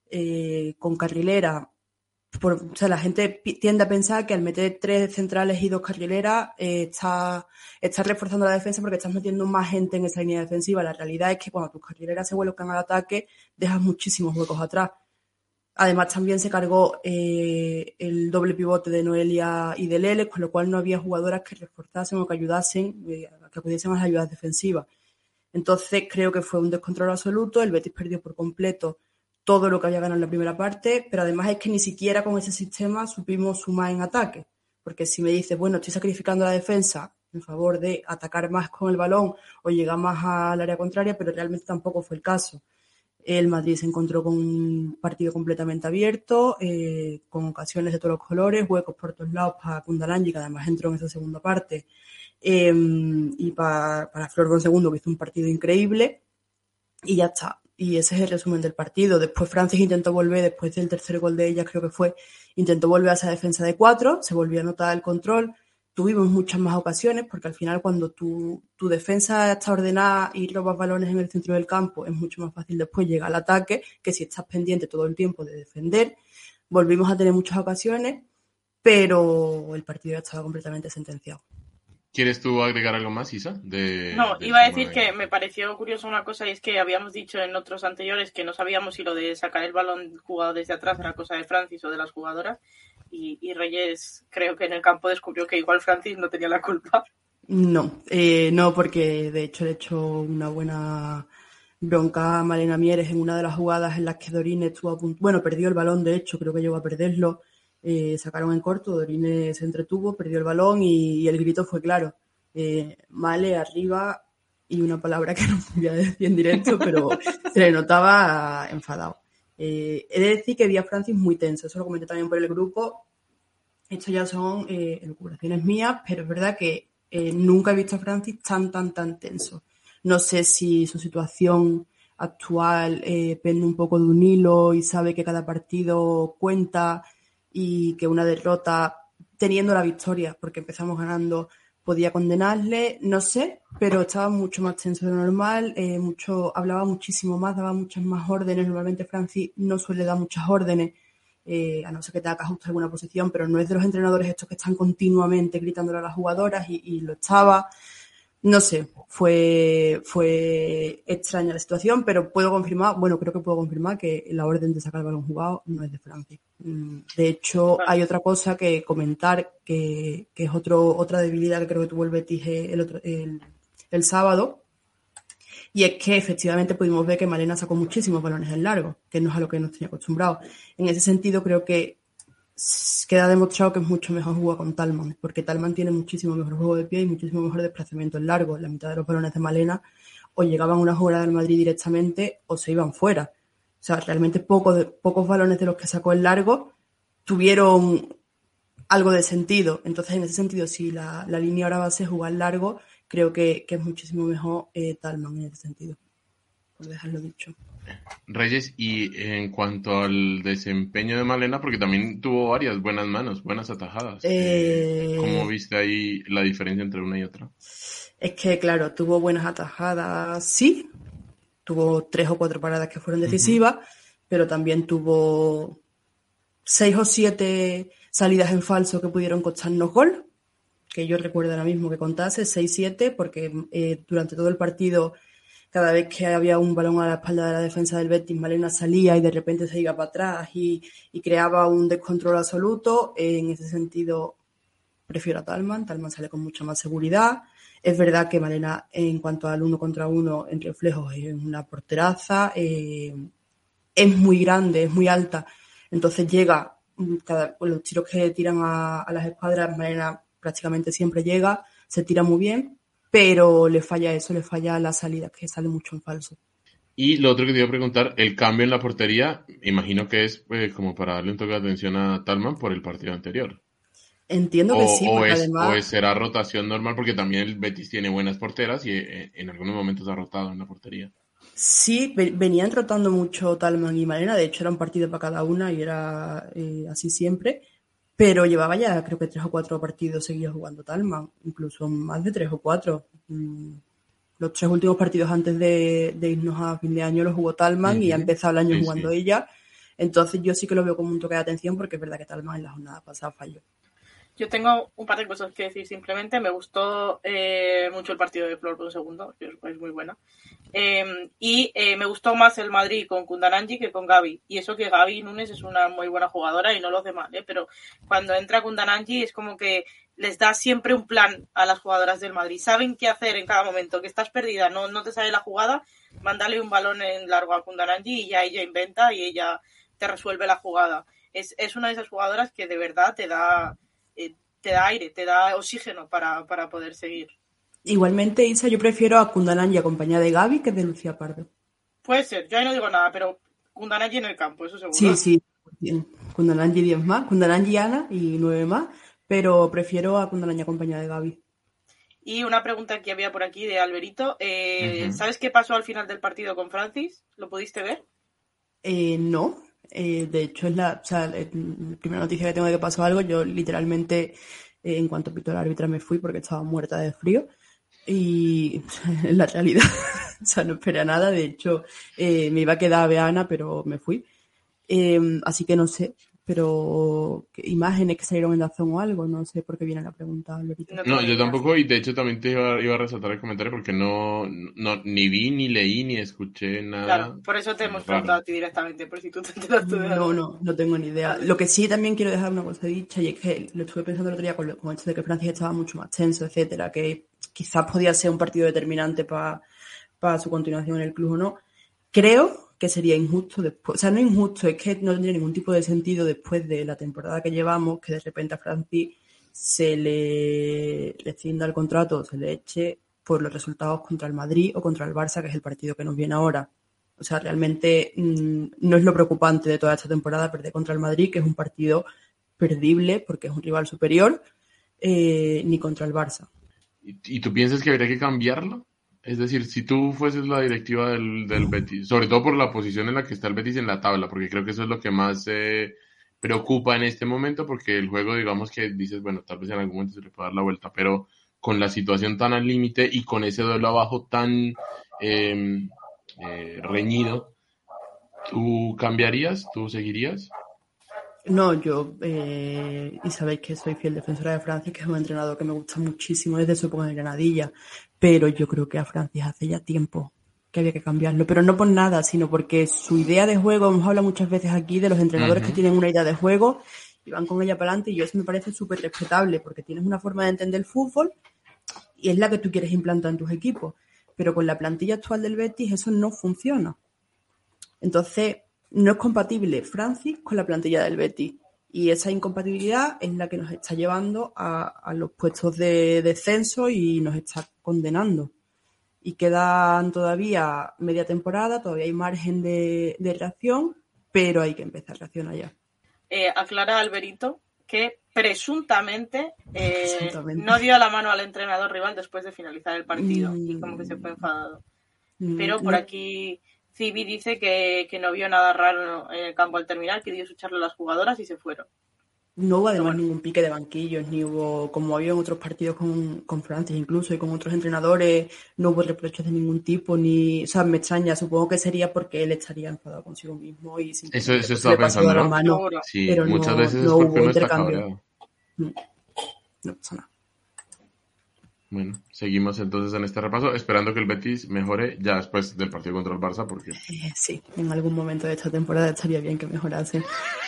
eh, con carrilera. Por, o sea, la gente tiende a pensar que al meter tres centrales y dos carrileras eh, está, está reforzando la defensa porque estás metiendo más gente en esa línea defensiva. La realidad es que cuando tus carrileras se vuelcan al ataque, dejas muchísimos huecos atrás. Además, también se cargó eh, el doble pivote de Noelia y de Leles, con lo cual no había jugadoras que reforzasen o que ayudasen, eh, que acudiesen a las ayudas defensivas. Entonces, creo que fue un descontrol absoluto. El Betis perdió por completo todo lo que había ganado en la primera parte, pero además es que ni siquiera con ese sistema supimos sumar en ataque, porque si me dices, bueno, estoy sacrificando la defensa en favor de atacar más con el balón o llegar más al área contraria, pero realmente tampoco fue el caso. El Madrid se encontró con un partido completamente abierto, eh, con ocasiones de todos los colores, huecos por todos lados para Kundananji, que además entró en esa segunda parte, eh, y para, para Flor Bonsegundo, que hizo un partido increíble, y ya está. Y ese es el resumen del partido. Después Francis intentó volver, después del tercer gol de ella, creo que fue, intentó volver a esa defensa de cuatro, se volvió a notar el control, tuvimos muchas más ocasiones, porque al final cuando tu, tu defensa está ordenada y robas balones en el centro del campo, es mucho más fácil después llegar al ataque, que si estás pendiente todo el tiempo de defender. Volvimos a tener muchas ocasiones, pero el partido ya estaba completamente sentenciado. ¿Quieres tú agregar algo más, Isa? De, no, de iba a decir de... que me pareció curioso una cosa, y es que habíamos dicho en otros anteriores que no sabíamos si lo de sacar el balón jugado desde atrás era cosa de Francis o de las jugadoras, y, y Reyes creo que en el campo descubrió que igual Francis no tenía la culpa. No, eh, no, porque de hecho le he hecho una buena bronca a Malena Mieres en una de las jugadas en las que Dorine estuvo a punto, bueno, perdió el balón, de hecho, creo que llegó a perderlo, eh, sacaron en corto, Dorine se entretuvo, perdió el balón y, y el grito fue claro. Eh, Male arriba y una palabra que no voy a decir en directo, pero se le notaba enfadado. Eh, he de decir que vi a Francis muy tenso, eso lo comenté también por el grupo. Esto ya son eh, elucubraciones mías, pero es verdad que eh, nunca he visto a Francis tan, tan, tan tenso. No sé si su situación actual eh, pende un poco de un hilo y sabe que cada partido cuenta y que una derrota, teniendo la victoria, porque empezamos ganando, podía condenarle, no sé, pero estaba mucho más tenso de lo normal, eh, mucho, hablaba muchísimo más, daba muchas más órdenes. Normalmente Francis no suele dar muchas órdenes, eh, a no ser que tenga que ajustar alguna posición, pero no es de los entrenadores estos que están continuamente gritándole a las jugadoras y, y lo estaba. no sé, fue, fue extraña la situación, pero puedo confirmar, bueno, creo que puedo confirmar que la orden de sacar el balón jugado no es de Francia. De hecho, hay otra cosa que comentar, que, que es otro, otra debilidad que creo que tuvo el Betis el, otro, el, el sábado, y es que efectivamente pudimos ver que Malena sacó muchísimos balones en largo, que no es a lo que nos tenía acostumbrados. En ese sentido, creo que queda demostrado que es mucho mejor jugar con Tallman, porque Tallman tiene muchísimo mejor juego de pie y muchísimo mejor desplazamiento en largo. La mitad de los balones de Malena o llegaban a una jugada del Madrid directamente o se iban fuera. O sea, realmente poco de, pocos balones de los que sacó en largo tuvieron algo de sentido. Entonces, en ese sentido, si la, la línea ahora va a ser jugar largo, creo que, que es muchísimo mejor eh, Tallman en ese sentido, por dejarlo dicho. Reyes, y en cuanto al desempeño de Malena, porque también tuvo varias buenas manos, buenas atajadas. Eh... ¿Cómo viste ahí la diferencia entre una y otra? Es que, claro, tuvo buenas atajadas, sí. Tuvo tres o cuatro paradas que fueron decisivas, uh-huh. pero también tuvo seis o siete salidas en falso que pudieron costarnos gol, que yo recuerdo ahora mismo que contase, seis siete, porque eh, durante todo el partido, cada vez que había un balón a la espalda de la defensa del Betis, Malena salía y de repente se iba para atrás y, y creaba un descontrol absoluto. En ese sentido, prefiero a Tallman. Tallman sale con mucha más seguridad. Es verdad que Malena, en cuanto al uno contra uno en reflejos, es una porteraza. Eh, es muy grande, es muy alta. Entonces llega, cada, los tiros que tiran a, a las escuadras, Malena prácticamente siempre llega, se tira muy bien, pero le falla eso, le falla la salida, que sale mucho en falso. Y lo otro que te iba a preguntar, el cambio en la portería, imagino que es pues, como para darle un toque de atención a Tallman por el partido anterior. Entiendo que o, sí, o porque es, además... o es, será rotación normal, porque también el Betis tiene buenas porteras y eh, en algunos momentos ha rotado en la portería. Sí, venían rotando mucho Tallman y Malena, de hecho era un partido para cada una y era eh, así siempre, pero llevaba ya creo que tres o cuatro partidos seguidos jugando Tallman, incluso más de tres o cuatro. Los tres últimos partidos antes de, de irnos a fin de año los jugó Tallman uh-huh. y ha empezado el año sí, jugando sí. ella, entonces yo sí que lo veo como un toque de atención porque es verdad que Tallman en la jornada pasada falló. Yo tengo un par de cosas que decir simplemente. Me gustó eh, mucho el partido de Flor por un segundo, que es muy buena. Eh, y eh, me gustó más el Madrid con Kundananji que con Gaby. Y eso que Gaby Núñez es una muy buena jugadora y no lo hace mal, ¿eh? Pero cuando entra Kundananji es como que les da siempre un plan a las jugadoras del Madrid. Saben qué hacer en cada momento. Que estás perdida, no, no te sale la jugada, mándale un balón en largo a Kundananji y ya ella inventa y ella te resuelve la jugada. Es, es una de esas jugadoras que de verdad te da... te da aire, te da oxígeno para, para poder seguir. Igualmente, Isa, yo prefiero a Kundananji acompañada de Gaby que de Lucía Pardo. Puede ser, yo ahí no digo nada, pero Kundananji en el campo, eso seguro. Sí, sí, bien. Kundananji diez más, Kundananji Ana y nueve más, pero prefiero a Kundananji acompañada de Gaby. Y una pregunta que había por aquí de Alberito, eh, uh-huh. ¿sabes qué pasó al final del partido con Francis? ¿Lo pudiste ver? Eh, no. Eh, de hecho, es la, o sea, la primera noticia que tengo de que pasó algo. Yo literalmente, eh, en cuanto pitó el árbitro, me fui porque estaba muerta de frío. Y en la realidad, o sea, no esperé a nada. De hecho, eh, me iba a quedar a ver a Ana, pero me fui. Eh, así que no sé, pero ¿qué imágenes que salieron en Dazón o algo? No sé por qué viene la pregunta, Alberito. No, yo tampoco, y de hecho también te iba, iba a resaltar el comentario porque no, no ni vi, ni leí, ni escuché nada. Claro, por eso te hemos preguntado a ti directamente, por si tú te enteras tú de algo. No, no, no tengo ni idea. Lo que sí también quiero dejar una cosa dicha, y es que lo estuve pensando el otro día con, lo, con esto de que Francia estaba mucho más tenso, etcétera, que quizás podía ser un partido determinante para pa su continuación en el club o no. Creo que sería injusto después, o sea, no injusto, es que no tendría ningún tipo de sentido después de la temporada que llevamos, que de repente a Francis se le rescinda el contrato, se le eche por los resultados contra el Madrid o contra el Barça, que es el partido que nos viene ahora. O sea, realmente mmm, no es lo preocupante de toda esta temporada perder contra el Madrid, que es un partido perdible porque es un rival superior, eh, ni contra el Barça. ¿Y tú piensas que habría que cambiarlo? Es decir, si tú fueses la directiva del, del Betis, sobre todo por la posición en la que está el Betis en la tabla, porque creo que eso es lo que más eh, preocupa en este momento, porque el juego, digamos que dices, bueno, tal vez en algún momento se le puede dar la vuelta, pero con la situación tan al límite y con ese duelo abajo tan eh, eh, reñido, ¿tú cambiarías? ¿Tú seguirías? No, yo, eh, y sabéis que soy fiel defensora de Francia, que es un entrenador que me gusta muchísimo desde su época en Granadilla, pero yo creo que a Francis hace ya tiempo que había que cambiarlo, pero no por nada, sino porque su idea de juego, hemos hablado muchas veces aquí de los entrenadores uh-huh. que tienen una idea de juego y van con ella para adelante, y yo eso me parece súper respetable, porque tienes una forma de entender el fútbol y es la que tú quieres implantar en tus equipos, pero con la plantilla actual del Betis eso no funciona. Entonces, no es compatible Francis con la plantilla del Betis, y esa incompatibilidad es la que nos está llevando a, a los puestos de descenso y nos está condenando. Y quedan todavía media temporada, todavía hay margen de, de reacción, pero hay que empezar a reaccionar ya. Eh, aclara Alberito que presuntamente, eh, presuntamente no dio la mano al entrenador rival después de finalizar el partido mm, y como que se fue enfadado. Mm, pero por no. aquí Cibi dice que, que no vio nada raro en el campo al terminar, que dio su charla a las jugadoras y se fueron. No hubo además bueno. ningún pique de banquillos, ni hubo, como había en otros partidos con, con Francis incluso y con otros entrenadores, no hubo reproches de ningún tipo, ni, o sea, me extraña, supongo que sería porque él estaría enfadado consigo mismo y eso, eso estaba pensando, ¿no? Mano, sí, pero muchas no, veces no es porque hubo uno intercambio. Está no, no pasa nada. Bueno, seguimos entonces en este repaso, esperando que el Betis mejore ya después del partido contra el Barça, porque... Eh, sí, en algún momento de esta temporada estaría bien que mejorase.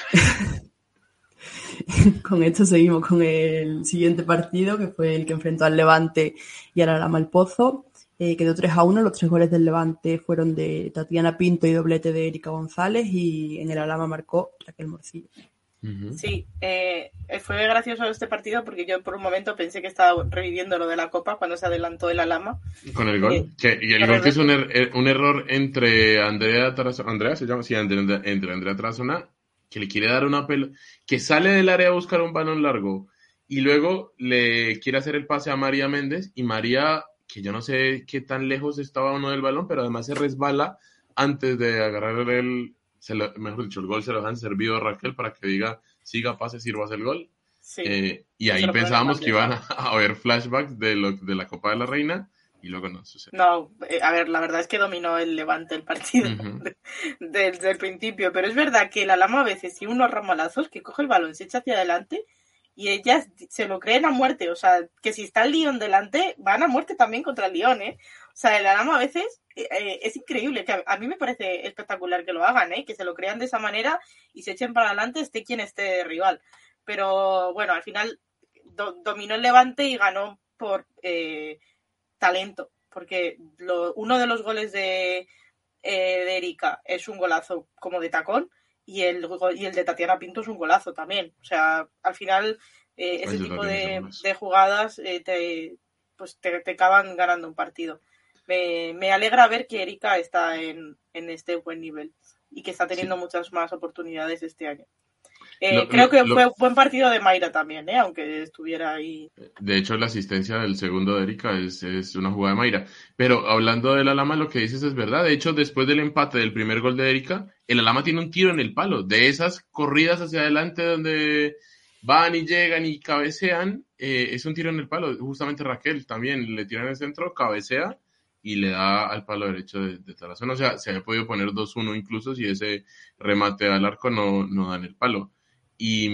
Con esto seguimos con el siguiente partido, que fue el que enfrentó al Levante y al Alhama El Pozo. Eh, quedó tres a uno, los tres goles del Levante fueron de Tatiana Pinto y doblete de Erika González, y en el Alhama marcó Raquel Morcillo. Uh-huh. Sí, eh, fue gracioso este partido porque yo por un momento pensé que estaba reviviendo lo de la Copa cuando se adelantó el Alhama. Con el gol. Eh, que, y el gol que es un, er, un error entre Andrea Tarazona, Andrea se llama, sí, entre, entre Andrea Tarazona, que le quiere dar una pelota, que sale del área a buscar un balón largo y luego le quiere hacer el pase a María Méndez, y María, que yo no sé qué tan lejos estaba uno del balón, pero además se resbala antes de agarrar el, se lo, mejor dicho, el gol se lo han servido a Raquel para que diga, siga pase, sirvas el gol. Sí, eh, y ahí pensábamos que iban a, a haber flashbacks de, lo, de la Copa de la Reina, y luego no sucedió. No, eh, a ver, la verdad es que dominó el Levante el partido uh-huh. de, de, desde el principio, pero es verdad que el Alhama a veces tiene unos ramalazos que coge el balón, se echa hacia adelante y ellas se lo creen a muerte, o sea, que si está el Lyon delante, van a muerte también contra el Lyon, ¿eh? O sea, el Alhama a veces eh, es increíble, que a, a mí me parece espectacular que lo hagan, ¿eh? Que se lo crean de esa manera y se echen para adelante, esté quien esté de rival. Pero bueno, al final do, dominó el Levante y ganó por... Eh, talento, porque lo, uno de los goles de, eh, de Erika es un golazo como de tacón, y el, y el de Tatiana Pinto es un golazo también. O sea, al final eh, ese tipo de, de jugadas eh, te, pues te, te acaban ganando un partido. Me, me alegra ver que Erika está en, en este buen nivel y que está teniendo sí. muchas más oportunidades este año. Eh, lo, creo que lo, fue un buen partido de Mayra también, ¿eh? Aunque estuviera ahí. De hecho, la asistencia del segundo de Erika es, es una jugada de Mayra. Pero hablando del Alhama, lo que dices es verdad. De hecho, después del empate del primer gol de Erika, el Alhama tiene un tiro en el palo. De esas corridas hacia adelante donde van y llegan y cabecean, eh, es un tiro en el palo. Justamente Raquel también le tira en el centro, cabecea y le da al palo derecho de, de Tarazona. O sea, se había podido poner dos uno incluso si ese remate al arco no, no da en el palo. Y,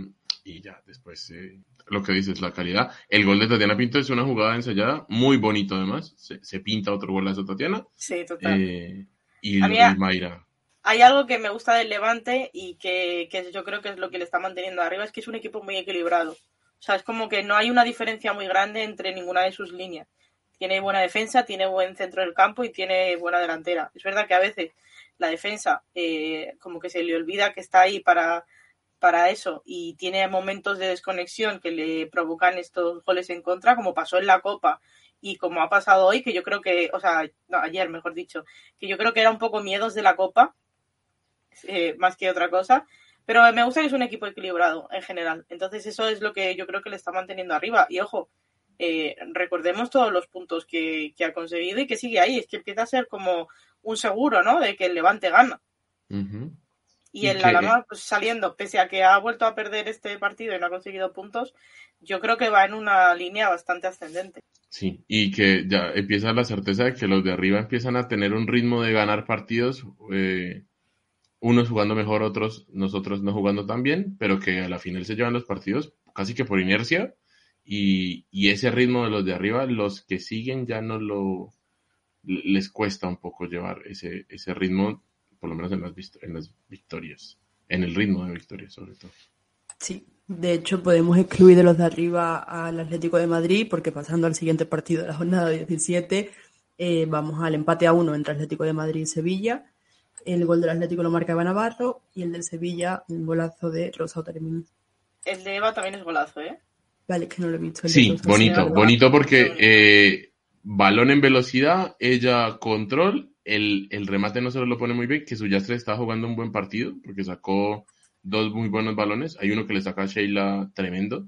y ya, después eh, lo que dices, la calidad. El gol de Tatiana Pinto es una jugada ensayada, muy bonito además. Se, se pinta otro golazo Tatiana. Sí, total. Eh, y, mí, y Mayra. Hay algo que me gusta del Levante y que, que yo creo que es lo que le está manteniendo arriba, es que es un equipo muy equilibrado. O sea, es como que no hay una diferencia muy grande entre ninguna de sus líneas. Tiene buena defensa, tiene buen centro del campo y tiene buena delantera. Es verdad que a veces la defensa eh, como que se le olvida que está ahí para... para eso, y tiene momentos de desconexión que le provocan estos goles en contra, como pasó en la Copa y como ha pasado hoy, que yo creo que, o sea, no, ayer mejor dicho, que yo creo que era un poco miedos de la Copa, eh, más que otra cosa, pero me gusta que es un equipo equilibrado en general, entonces eso es lo que yo creo que le está manteniendo arriba, y ojo, eh, recordemos todos los puntos que, que ha conseguido y que sigue ahí, es que empieza a ser como un seguro, ¿no?, de que el Levante gana. Uh-huh. Y el Alhama, pues saliendo, pese a que ha vuelto a perder este partido y no ha conseguido puntos, yo creo que va en una línea bastante ascendente. Sí, y que ya empieza la certeza de que los de arriba empiezan a tener un ritmo de ganar partidos, eh, unos jugando mejor, otros nosotros no jugando tan bien, pero que a la final se llevan los partidos casi que por inercia y, y ese ritmo de los de arriba, los que siguen ya no lo, les cuesta un poco llevar ese, ese ritmo, por lo menos en las, en las victorias, en el ritmo de victorias sobre todo. Sí, de hecho podemos excluir de los de arriba al Atlético de Madrid, porque pasando al siguiente partido de la jornada diecisiete, eh, vamos al empate a uno entre Atlético de Madrid y Sevilla. El gol del Atlético lo marca Eva Navarro y el del Sevilla, un golazo de Rosa Otaremín. El de Eva también es golazo, ¿eh? Vale, es que no lo he visto. El sí, bonito, sí, bonito porque eh, balón en velocidad, ella control, el, el remate no se lo pone muy bien, que Suyastre está jugando un buen partido, porque sacó dos muy buenos balones, hay uno que le saca a Sheila tremendo,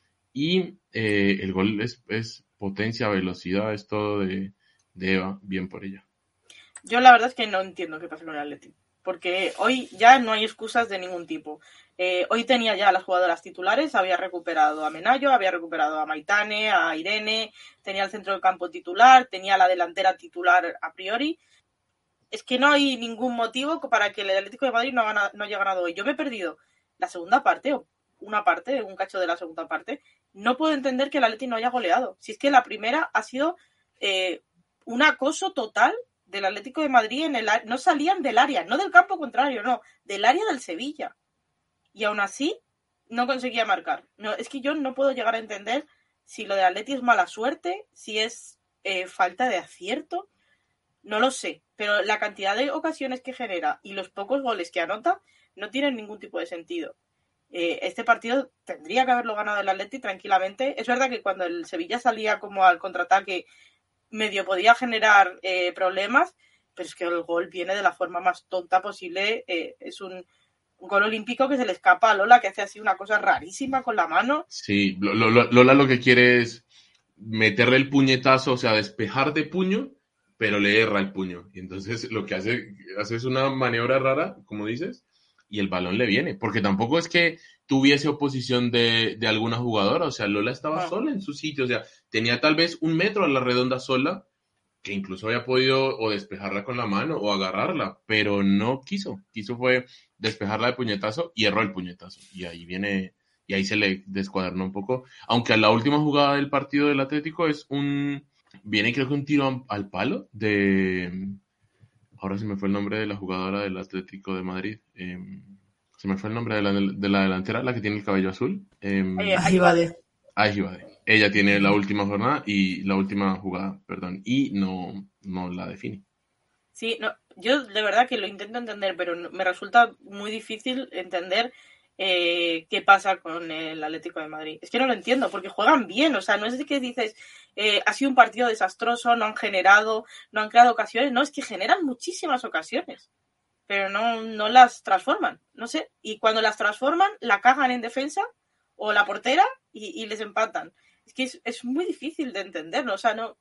y eh, el gol es, es potencia, velocidad, es todo de, de Eva, bien por ella. Yo la verdad es que no entiendo qué pasa con el Atleti, porque hoy ya no hay excusas de ningún tipo. Eh, hoy tenía ya a las jugadoras titulares, había recuperado a Menayo, había recuperado a Maitane, a Irene, tenía el centro del campo titular, tenía la delantera titular a priori. Es que no hay ningún motivo para que el Atlético de Madrid no, gana, no haya ganado hoy. Yo me he perdido la segunda parte, o una parte, un cacho de la segunda parte. No puedo entender que el Atlético no haya goleado. Si es que la primera ha sido eh, un acoso total del Atlético de Madrid. En el, no salían del área, no del campo contrario, no, del área del Sevilla. Y aún así no conseguía marcar. No, es que yo no puedo llegar a entender si lo de Atleti es mala suerte, si es eh, falta de acierto. No lo sé, pero la cantidad de ocasiones que genera y los pocos goles que anota no tienen ningún tipo de sentido. Eh, este partido tendría que haberlo ganado el Atleti tranquilamente. Es verdad que cuando el Sevilla salía como al contraataque medio podía generar eh, problemas, pero es que el gol viene de la forma más tonta posible. Eh, es un, un gol olímpico que se le escapa a Lola, que hace así una cosa rarísima con la mano. Sí, Lola, Lola lo que quiere es meterle el puñetazo, o sea, despejar de puño, pero le erra el puño. Y entonces lo que hace, hace es una maniobra rara, como dices, y el balón le viene. Porque tampoco es que tuviese oposición de, de alguna jugadora. O sea, Lola estaba ah. sola en su sitio. O sea, tenía tal vez un metro a la redonda sola, que incluso había podido o despejarla con la mano o agarrarla, pero no quiso. Quiso fue despejarla de puñetazo y erró el puñetazo. Y ahí viene, y ahí se le descuadernó un poco. Aunque a la última jugada del partido del Atlético es un... Viene creo que un tiro al palo de... Ahora se me fue el nombre de la jugadora del Atlético de Madrid. Eh, se me fue el nombre de la, de la delantera, la que tiene el cabello azul. Eh, Ajibade. Ajibade. Ella tiene la última jornada y la última jugada, perdón, y no, no la define. Sí, no, yo de verdad que lo intento entender, pero me resulta muy difícil entender Eh, qué pasa con el Atlético de Madrid. Es que no lo entiendo, porque juegan bien, o sea, no es de que dices, eh, ha sido un partido desastroso, no han generado, no han creado ocasiones, no, es que generan muchísimas ocasiones, pero no, no las transforman, no sé, y cuando las transforman, la cagan en defensa o la portera y, y les empatan. Es que es, es muy difícil de entenderlo, o sea, no,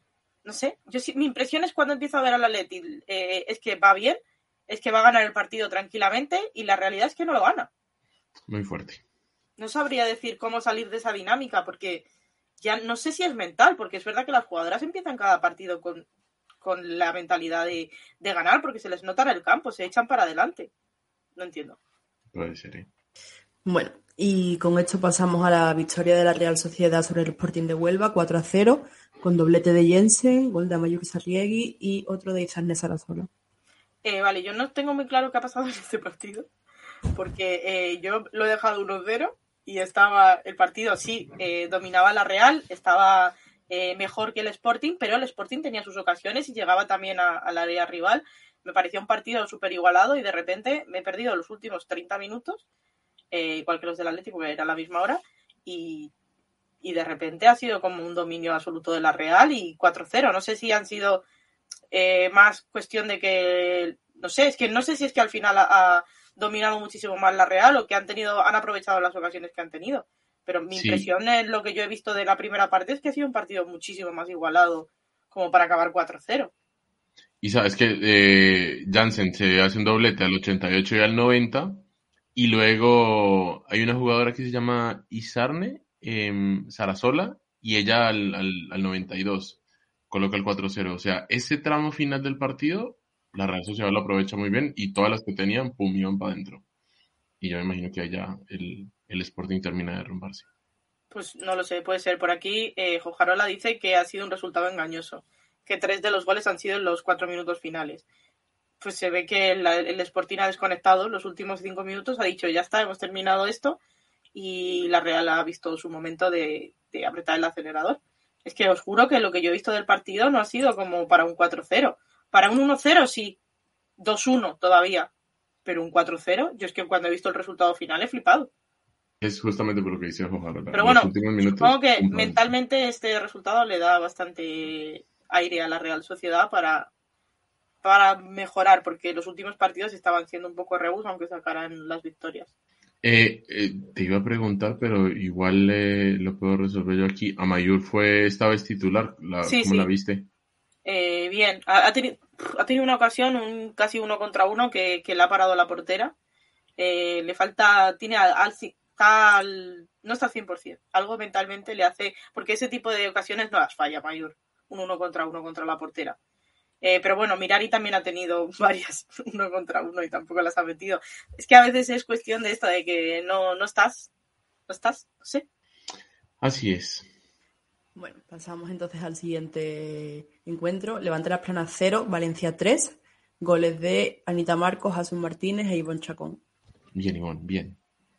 no sé, yo sí, mi impresión es cuando empiezo a ver al Atleti, eh, es que va bien, es que va a ganar el partido tranquilamente, y la realidad es que no lo gana. Muy fuerte. No sabría decir cómo salir de esa dinámica, porque ya no sé si es mental, porque es verdad que las jugadoras empiezan cada partido con, con la mentalidad de, de ganar, porque se les nota en el campo, se echan para adelante. No entiendo. Puede ser, ¿eh? Bueno, y con esto pasamos a la victoria de la Real Sociedad sobre el Sporting de Huelva, cuatro a cero, con doblete de Jensen, gol de Amayur Sarriegui y otro de Isarne Sarasola. Eh, vale, yo no tengo muy claro qué ha pasado en este partido, porque eh, yo lo he dejado uno cero y estaba el partido, sí, eh, dominaba la Real, estaba eh, mejor que el Sporting, pero el Sporting tenía sus ocasiones y llegaba también a, al área rival. Me parecía un partido súper igualado y de repente me he perdido los últimos treinta minutos, eh, igual que los del Atlético, que era a la misma hora, y, y de repente ha sido como un dominio absoluto de la Real y cuatro cero. No sé si han sido eh, más cuestión de que, no sé, es que no sé si es que al final ha, ha dominado muchísimo más la Real o que han tenido, han aprovechado las ocasiones que han tenido. Pero mi sí. impresión en lo que yo he visto de la primera parte es que ha sido un partido muchísimo más igualado como para acabar cuatro cero. Y sabes que eh, Jansen se hace un doblete al ochenta y ocho y al noventa, y luego hay una jugadora que se llama Isarne eh, Sarasola, y ella al, al, al noventa y dos coloca el cuatro cero. O sea, ese tramo final del partido la Real Sociedad lo aprovecha muy bien y todas las que tenían, pum, iban para adentro. Y yo me imagino que allá el, el Sporting termina de derrumbarse. Pues no lo sé, puede ser. Por aquí, eh, Jojarola dice que ha sido un resultado engañoso, que tres de los goles han sido en los cuatro minutos finales. Pues se ve que el, el Sporting ha desconectado los últimos cinco minutos, ha dicho, ya está, hemos terminado esto, y la Real ha visto su momento de, de apretar el acelerador. Es que os juro que lo que yo he visto del partido no ha sido como para un cuatro cero. Para un uno cero sí, dos uno todavía, pero un cuatro cero, yo es que cuando he visto el resultado final he flipado. Es justamente por lo que dice Jojarola. Pero Los bueno, últimos minutos, supongo que punto. mentalmente este resultado le da bastante aire a la Real Sociedad para, para mejorar, porque los últimos partidos estaban siendo un poco rebus, aunque sacaran las victorias. Eh, eh, te iba a preguntar, pero igual eh, lo puedo resolver yo aquí. Amayur fue esta vez titular, la, Sí, ¿cómo sí. la viste? Eh, bien, ha, ha, teni- ha tenido una ocasión, un casi uno contra uno, que, que le ha parado la portera. Eh, le falta, tiene al, al, está al, no está al cien por ciento. Algo mentalmente le hace, porque ese tipo de ocasiones no las falla Amayur, un uno contra uno contra la portera. Eh, pero bueno, Mirari también ha tenido varias uno contra uno y tampoco las ha metido. Es que a veces es cuestión de esta, de que no, no estás, no estás, no sé. Así es. Bueno, pasamos entonces al siguiente encuentro. Levante las Planas cero, Valencia tres. Goles de Anita Marcos, Asun Martínez e Ivonne Chacón. Bien, Ivonne, bien.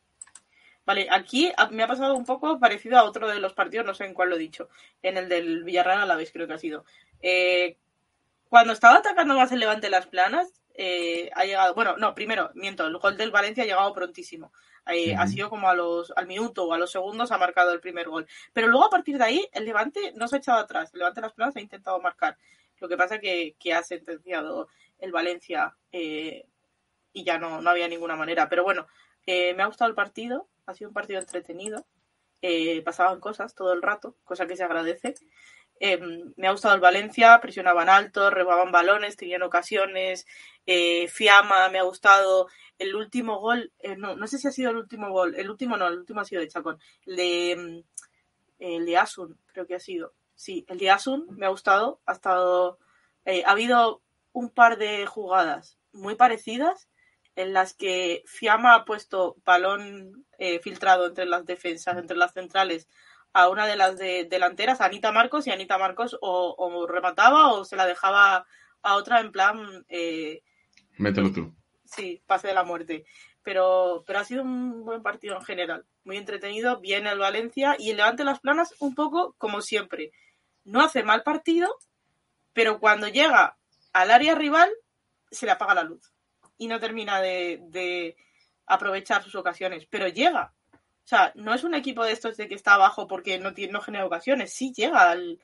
Vale, aquí me ha pasado un poco parecido a otro de los partidos, no sé en cuál lo he dicho. En el del Villarreal a la vez creo que ha sido. Eh, cuando estaba atacando más el Levante Las Planas, eh, ha llegado, bueno, no, primero, miento, el gol del Valencia ha llegado prontísimo. Eh, uh-huh. Ha sido como a los, al minuto o a los segundos ha marcado el primer gol. Pero luego a partir de ahí, el Levante no se ha echado atrás. El Levante Las Planas ha intentado marcar. Lo que pasa que, que ha sentenciado el Valencia eh, y ya no, no había ninguna manera. Pero bueno, eh, me ha gustado el partido. Ha sido un partido entretenido. Eh, pasaban cosas todo el rato, cosa que se agradece. Eh, me ha gustado el Valencia, presionaban alto, robaban balones, tenían ocasiones. Eh, Fiamma me ha gustado. El último gol, eh, no, no sé si ha sido el último gol, el último no, el último ha sido de Chacón. El de, el de Asun, creo que ha sido. Sí, el de Asun me ha gustado. Ha estado, eh, ha habido un par de jugadas muy parecidas en las que Fiamma ha puesto balón eh, filtrado entre las defensas, entre las centrales, a una de las de, delanteras, a Anita Marcos, y Anita Marcos o, o remataba o se la dejaba a otra en plan... Eh, Mételo tú. Sí, pase de la muerte. Pero, pero ha sido un buen partido en general. Muy entretenido, bien el Valencia, y el Levante Las Planas un poco como siempre. No hace mal partido, pero cuando llega al área rival se le apaga la luz y no termina de, de aprovechar sus ocasiones, pero llega. O sea, no es un equipo de estos de que está abajo porque no, tiene, no genera ocasiones, sí llega al,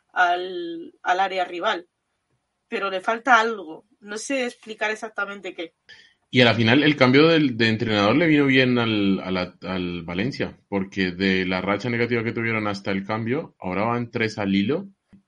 al, al área rival, pero le falta algo. No sé explicar exactamente qué. Y a la final el cambio del, de entrenador le vino bien al, al, al Valencia, porque de la racha negativa que tuvieron hasta el cambio, ahora van tres al hilo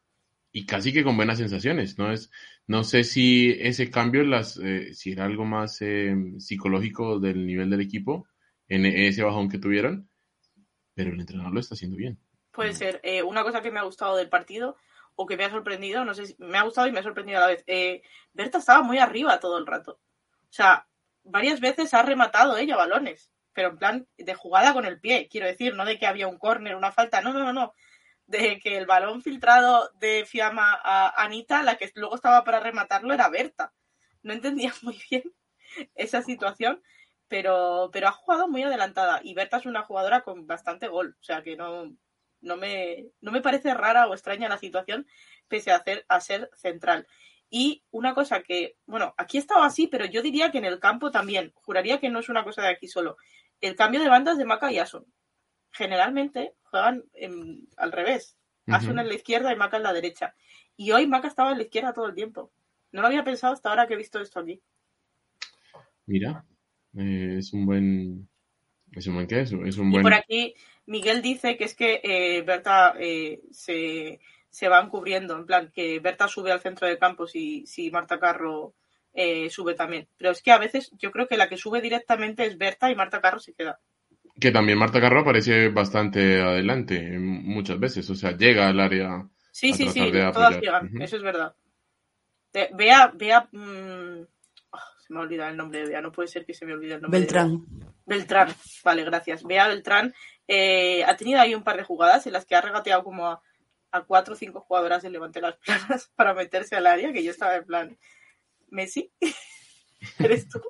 y casi que con buenas sensaciones. No es, no sé si ese cambio, las, eh, si era algo más eh, psicológico del nivel del equipo, en ese bajón que tuvieron, pero el entrenador lo está haciendo bien. Puede ser. Eh, una cosa que me ha gustado del partido, o que me ha sorprendido, no sé si me ha gustado y me ha sorprendido a la vez. Eh, Berta estaba muy arriba todo el rato. O sea, varias veces ha rematado ella balones, pero en plan de jugada con el pie, quiero decir, no de que había un córner, una falta, no, no, no, no. De que el balón filtrado de Fiamma a Anita, la que luego estaba para rematarlo era Berta. No entendía muy bien esa situación, pero, pero ha jugado muy adelantada y Berta es una jugadora con bastante gol, o sea que no, no, me, no me parece rara o extraña la situación pese a, hacer, a ser central. Y una cosa que, bueno, aquí estaba así, pero yo diría que en el campo también, juraría que no es una cosa de aquí solo, el cambio de bandas de Maca y Asun. Generalmente juegan en, al revés, Asun uh-huh. en la izquierda y Maca en la derecha. Y hoy Maca estaba en la izquierda todo el tiempo. No lo había pensado hasta ahora que he visto esto aquí. Mira, eh, es un buen... ¿Es un buen qué? Es un y buen... por aquí Miguel dice que es que eh, Berta eh, se, se van cubriendo, en plan que Berta sube al centro de campo si, si Marta Carro eh, sube también. Pero es que a veces yo creo que la que sube directamente es Berta y Marta Carro se queda. Que también Marta Carro aparece bastante adelante muchas veces, o sea, llega al área. Sí, a sí, sí, de todas llegan, uh-huh. Eso es verdad. De, Bea, Bea, mmm, oh, se me ha olvidado el nombre de Bea, no puede ser que se me olvide el nombre Beltrán. de Bea. Beltrán, vale, gracias. Bea Beltrán Eh, ha tenido ahí un par de jugadas en las que ha regateado como a, a cuatro o cinco jugadoras del Levante Las Planas para meterse al área, que yo estaba en plan, Messi, ¿eres tú?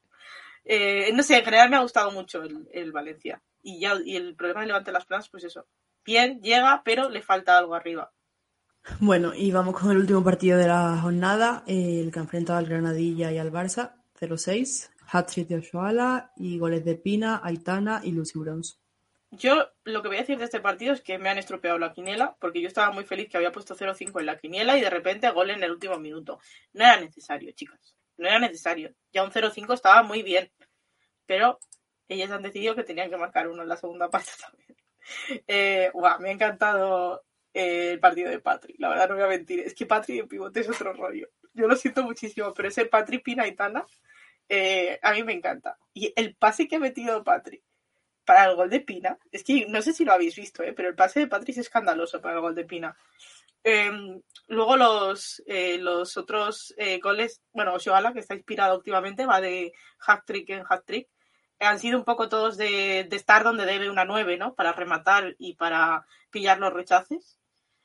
Eh, no sé, en general me ha gustado mucho el, el Valencia. Y, ya, y el problema del Levante Las Planas, pues eso. Bien, llega, pero le falta algo arriba. Bueno, y vamos con el último partido de la jornada, el que ha enfrentado al Granadilla y al Barça, cero seis, hat-trick de Oshoala y goles de Pina, Aitana y Lucy Bronze. Yo lo que voy a decir de este partido es que me han estropeado la quiniela, porque yo estaba muy feliz que había puesto cero cinco en la quiniela y de repente gol en el último minuto. No era necesario, chicas, no era necesario. Ya un cero cinco estaba muy bien, pero ellas han decidido que tenían que marcar uno en la segunda parte también. Eh, wow, me ha encantado eh, el partido de Patri, la verdad no voy a mentir, es que Patri en pivote es otro rollo. Yo lo siento muchísimo, pero ese Patri Pina Aitana eh, a mí me encanta. Y el pase que ha metido Patri para el gol de Pina, es que no sé si lo habéis visto, ¿eh? Pero el pase de Patri es escandaloso para el gol de Pina. Eh, luego los, eh, los otros eh, goles, bueno, Oshoala, que está inspirado últimamente, va de hat-trick en hat-trick. Han sido un poco todos de, de estar donde debe una nueve, ¿no? Para rematar y para pillar los rechaces.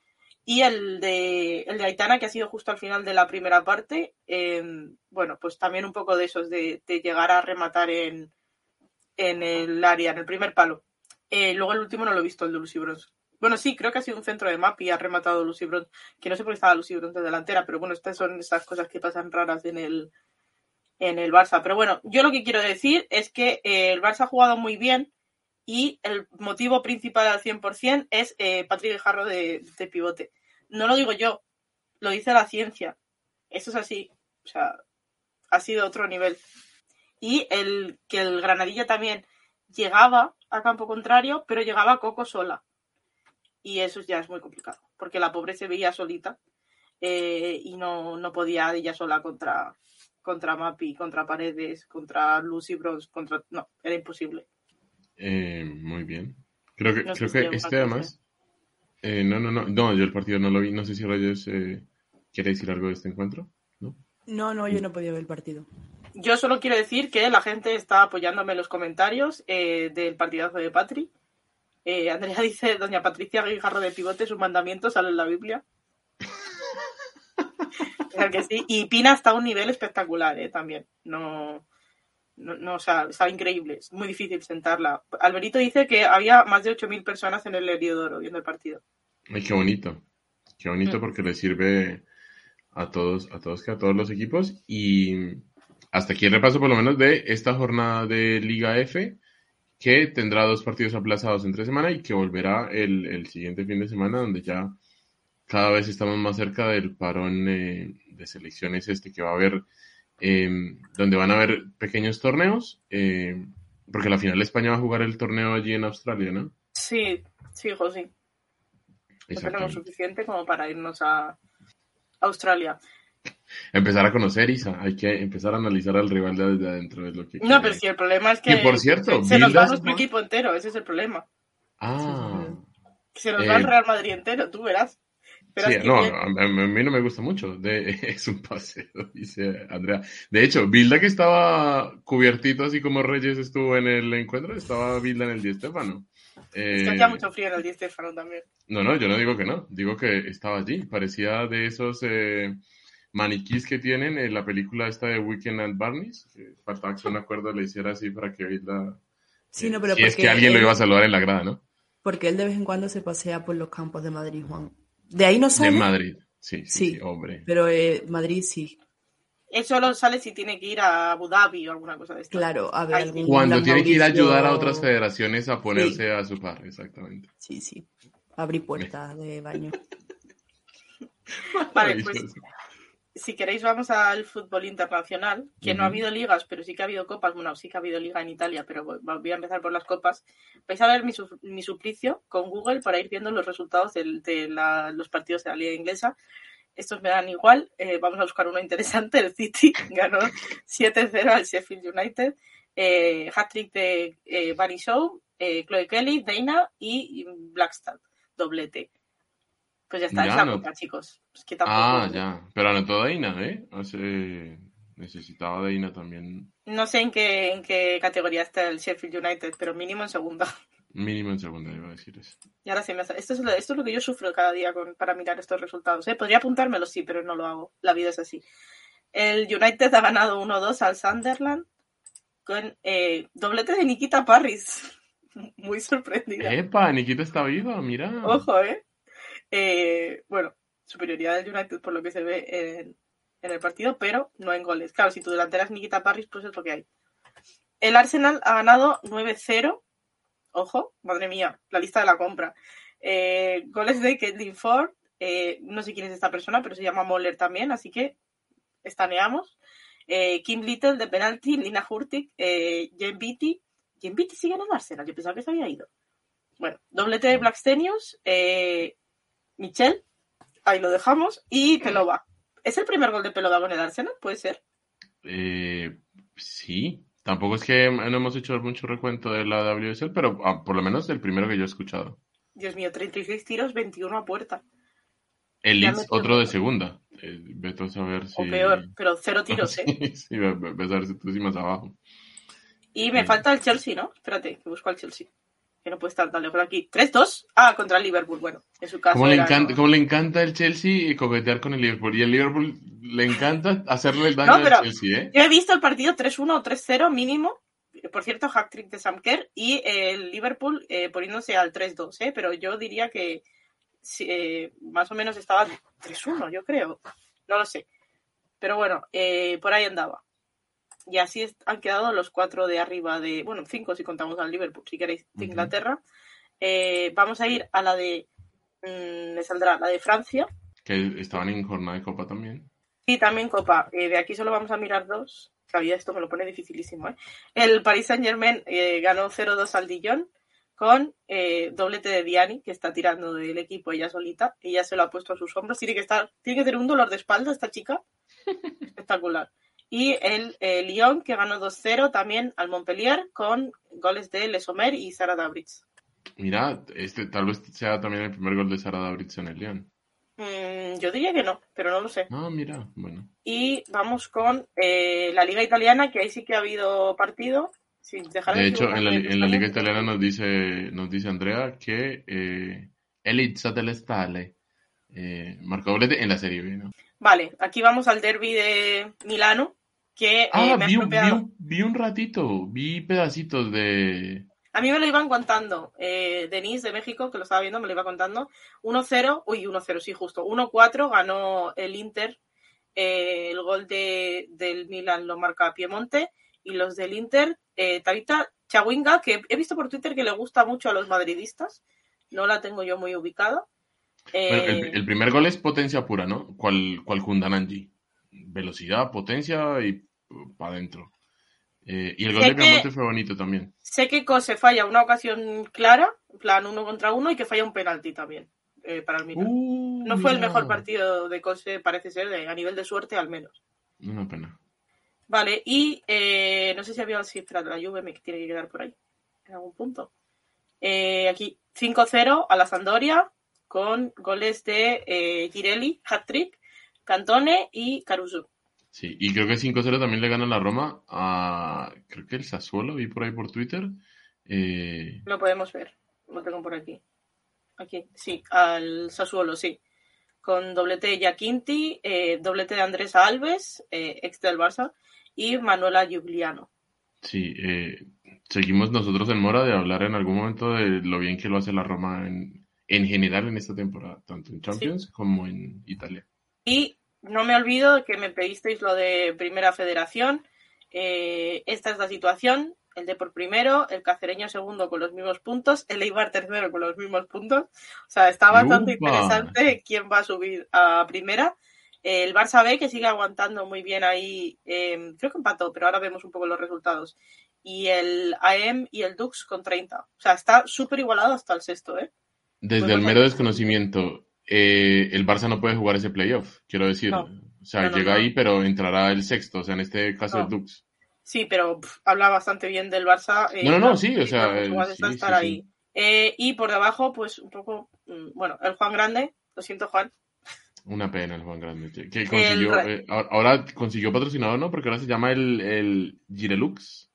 Y el de, el de Aitana, que ha sido justo al final de la primera parte, eh, bueno, pues también un poco de esos, de, de llegar a rematar en, en el área, en el primer palo. Eh, luego el último no lo he visto, el de Lucy Bronze. Bueno, sí, creo que ha sido un centro de map y ha rematado Lucy Bronze, que no sé por qué estaba Lucy Bronze de delantera, pero bueno, estas son esas cosas que pasan raras en el, en el Barça. Pero bueno, yo lo que quiero decir es que eh, el Barça ha jugado muy bien y el motivo principal al cien por ciento es eh, Patrick Guijarro de, de pivote. No lo digo yo, lo dice la ciencia. Eso es así. O sea, ha sido otro nivel. Y el que el Granadilla también llegaba a campo contrario, pero llegaba Coco sola. Y eso ya es muy complicado, porque la pobre se veía solita eh, y no, no podía ella sola contra, contra Mapi, contra Paredes, contra Lucy Bronze, contra... No, era imposible. Eh, muy bien. Creo que, No creo sé que si este además... Eh, no, no, no, no, yo el partido no lo vi. No sé si Reyes eh, quiere decir algo de este encuentro, ¿no? No, no, yo no he podido ver el partido. Yo solo quiero decir que la gente está apoyándome en los comentarios eh, del partidazo de Patri. Eh, Andrea dice, doña Patricia Guijarro de pivote, su mandamiento sale en la Biblia. Claro que sí. Y Pina está a un nivel espectacular, eh, también. No, no, no, o sea, está increíble. Es muy difícil sentarla. Alberito dice que había más de ocho mil personas en el Heliodoro viendo el partido. Ay, qué bonito. Qué bonito mm. porque le sirve a todos, a todos, que a todos los equipos. Y hasta aquí el repaso por lo menos de esta jornada de Liga F, que tendrá dos partidos aplazados entre semana y que volverá el, el siguiente fin de semana, donde ya cada vez estamos más cerca del parón eh, de selecciones este que va a haber, eh, donde van a haber pequeños torneos, eh, porque la final de España va a jugar el torneo allí en Australia, ¿no? Sí, sí, José. No tenemos suficiente como para irnos a Australia. Empezar a conocer, Isa, hay que empezar a analizar al rival desde adentro de lo que no, quiere. pero sí, el problema es que, que por cierto, se, se nos va nuestro equipo entero, ese es el problema. Ah, se nos eh, va el Real Madrid entero, tú verás. Sí, no, a, a mí no me gusta mucho, de, es un paseo, dice Andrea. De hecho, Bilda, que estaba cubiertito así como Reyes estuvo en el encuentro, estaba Bilda en el Di Stéfano. Eh, es que hacía mucho frío en el Di Stéfano también. No, no, yo no digo que no, digo que estaba allí, parecía de esos eh, maniquís que tienen en la película esta de Weekend at Barney's, que faltaba que un acuerdo le hiciera así para que Bilda... Sí, no, pero si es que alguien él, lo iba a saludar en la grada, ¿no? Porque él de vez en cuando se pasea por los campos de Madrid, Juan. De ahí no sale. De Madrid, sí, sí, sí, sí hombre. Pero eh, Madrid sí. Él solo sale si tiene que ir a Abu Dhabi o alguna cosa de esto. Claro, a ver. Ay, algún Cuando tiene Mauricio... que ir a ayudar a otras federaciones a ponerse sí. a su par, exactamente. Sí, sí. Abrir puertas de baño. Vale, pues si queréis vamos al fútbol internacional, que uh-huh. no ha habido ligas, pero sí que ha habido copas. Bueno, sí que ha habido liga en Italia, pero voy a empezar por las copas. Vais a ver mi, su- mi suplicio con Google para ir viendo los resultados de, de la, los partidos de la liga inglesa. Estos me dan igual. Eh, vamos a buscar uno interesante. El City ganó siete cero al Sheffield United. Eh, hat-trick de eh, Bunny Shaw, eh, Chloe Kelly, Dana y Blackstad. Doblete. Pues ya está, Ya, es la no... copa, chicos. Es que tampoco... Ah, ya. Pero anotó Deina, ¿eh? Hace... Necesitaba Deina también. No sé en qué, en qué categoría está el Sheffield United, pero mínimo en segunda. Mínimo en segunda, iba a decir eso. Y ahora sí me hace... Esto es, lo, esto es lo que yo sufro cada día con, para mirar estos resultados. ¿eh? Podría apuntármelo, sí, pero no lo hago. La vida es así. El United ha ganado uno dos al Sunderland con eh, doblete de Nikita Parris. Muy sorprendida. ¡Epa! Nikita está viva, mira. Ojo, ¿eh? eh bueno, superioridad del United por lo que se ve en, en el partido, pero no en goles. Claro, si tu delantera es Nikita Parris, pues es lo que hay. El Arsenal ha ganado nueve cero. Ojo, madre mía, la lista de la compra. Eh, goles de Caitlin Ford. Eh, no sé quién es esta persona, pero se llama Moller también, así que estaneamos. Eh, Kim Little de penalti, Lina Hurtig, eh, Jen Beattie. Jen Beattie sigue en el Arsenal, yo pensaba que se había ido. Bueno, doblete de Blackstenius, eh, Michel, ahí lo dejamos, y Pelova. ¿Es el primer gol de Pelova con el Arsenal? ¿Puede ser? Eh, sí. Tampoco es que no hemos hecho mucho recuento de la W S L, pero ah, por lo menos el primero que yo he escuchado. Dios mío, treinta y seis tiros, veintiuno a puerta. El Leeds, otro de segunda. Eh, vete a saber si... O peor, pero cero tiros, ¿eh? sí, sí, vete a saber si tú sí más abajo. Y me eh. falta el Chelsea, ¿no? Espérate, que busco al Chelsea. Que no puede estar tan lejos aquí. tres dos. Ah, contra el Liverpool. Bueno, en su caso. ¿Cómo le, era, encanta, ¿no? ¿Cómo le encanta el Chelsea coquetear con el Liverpool? Y el Liverpool le encanta hacerle el daño no, al Chelsea, ¿eh? Yo he visto el partido tres uno o tres cero mínimo. Por cierto, hat-trick de Sam Kerr. Y el Liverpool eh, poniéndose al tres dos, ¿eh? Pero yo diría que eh, más o menos estaba tres uno, yo creo. No lo sé. Pero bueno, eh, por ahí andaba. Y así han quedado los cuatro de arriba de... Bueno, cinco si contamos al Liverpool, si queréis, de uh-huh. Inglaterra. Eh, vamos a ir a la de... Mmm, me saldrá la de Francia. Que estaban en jornada de Copa también. Sí, también Copa. Eh, de aquí solo vamos a mirar dos. Todavía esto me lo pone dificilísimo, ¿eh? El Paris Saint-Germain eh, ganó cero dos al Dijon con eh, doblete de Diani, que está tirando del equipo ella solita. Ella se lo ha puesto a sus hombros. Tiene que estar, tiene que tener un dolor de espalda esta chica. Espectacular. Y el eh, Lyon, que ganó dos cero también al Montpellier con goles de Le Sommer y Sara Dabritz. Mira, este tal vez sea también el primer gol de Sara Dabritz en el Lyon. Mm, yo diría que no, pero no lo sé. Ah, mira, bueno. Y vamos con eh, la Liga Italiana, que ahí sí que ha habido partido. Sin dejar de, de hecho, en la, en la Liga Italiana nos dice nos dice Andrea que eh, Elizza delle Stale eh, marcó doblete en la Serie B, ¿no? Vale, aquí vamos al derbi de Milano. Que, ah, eh, me vi, vi, un, vi un ratito, vi pedacitos de... A mí me lo iban contando, eh, Denise de México, que lo estaba viendo, me lo iba contando. uno cero, uy, uno cero, sí, justo. uno cuatro ganó el Inter, eh, el gol de, del Milan lo marca Piemonte, y los del Inter, eh, Tabita Chawinga, que he visto por Twitter que le gusta mucho a los madridistas, no la tengo yo muy ubicada. Eh... Bueno, el, el primer gol es potencia pura, ¿no? ¿Cuál, cuál Kundananji? Velocidad, potencia y para adentro. Eh, y el gol sé de Piemonte fue bonito también. Sé que Kose falla una ocasión clara, en plan uno contra uno, y que falla un penalti también eh, para el Milan. Uh, no fue mira. el mejor partido de Kose, parece ser, de, a nivel de suerte al menos. Una pena. Vale, y eh, no sé si había la cifra de la Juve, me tiene que quedar por ahí, en algún punto. Eh, aquí cinco cero a la Sampdoria, con goles de eh, Girelli, hat-trick, Cantone y Caruso. Sí, y creo que cinco cero también le gana la Roma a, creo que el Sassuolo, vi por ahí por Twitter. Eh... Lo podemos ver, lo tengo por aquí. Aquí, sí, al Sassuolo, sí. Con doblete de Giaquinti, eh, doblete de Andrés Alves, eh, ex del Barça, y Manuela Giuliano. Sí, eh, seguimos nosotros en mora de hablar en algún momento de lo bien que lo hace la Roma en, en general en esta temporada, tanto en Champions sí. como en Italia. Y no me olvido que me pedisteis lo de Primera Federación. Eh, esta es la situación. El Depor primero, el Cacereño segundo con los mismos puntos, el Eibar tercero con los mismos puntos. O sea, está bastante ¡Upa! Interesante quién va a subir a Primera. Eh, el Barça B, que sigue aguantando muy bien ahí. Eh, creo que empató, pero ahora vemos un poco los resultados. Y el A M y el Dux con treinta. O sea, está súper igualado hasta el sexto, ¿eh? Desde muy el mero desconocimiento... Eh, el Barça no puede jugar ese playoff, quiero decir. No, o sea, no, no, llega no. ahí, pero entrará el sexto, o sea, en este caso el Dux. Sí, pero pff, habla bastante bien del Barça. Eh, no, no, no, sí, o sea... El, sí, estar sí, ahí. Sí. Eh, y por debajo, pues un poco, bueno, el Juan Grande, lo siento, Juan. Una pena el Juan Grande, que consiguió, eh, ahora consiguió patrocinador, ¿no? Porque ahora se llama el, el Girelux.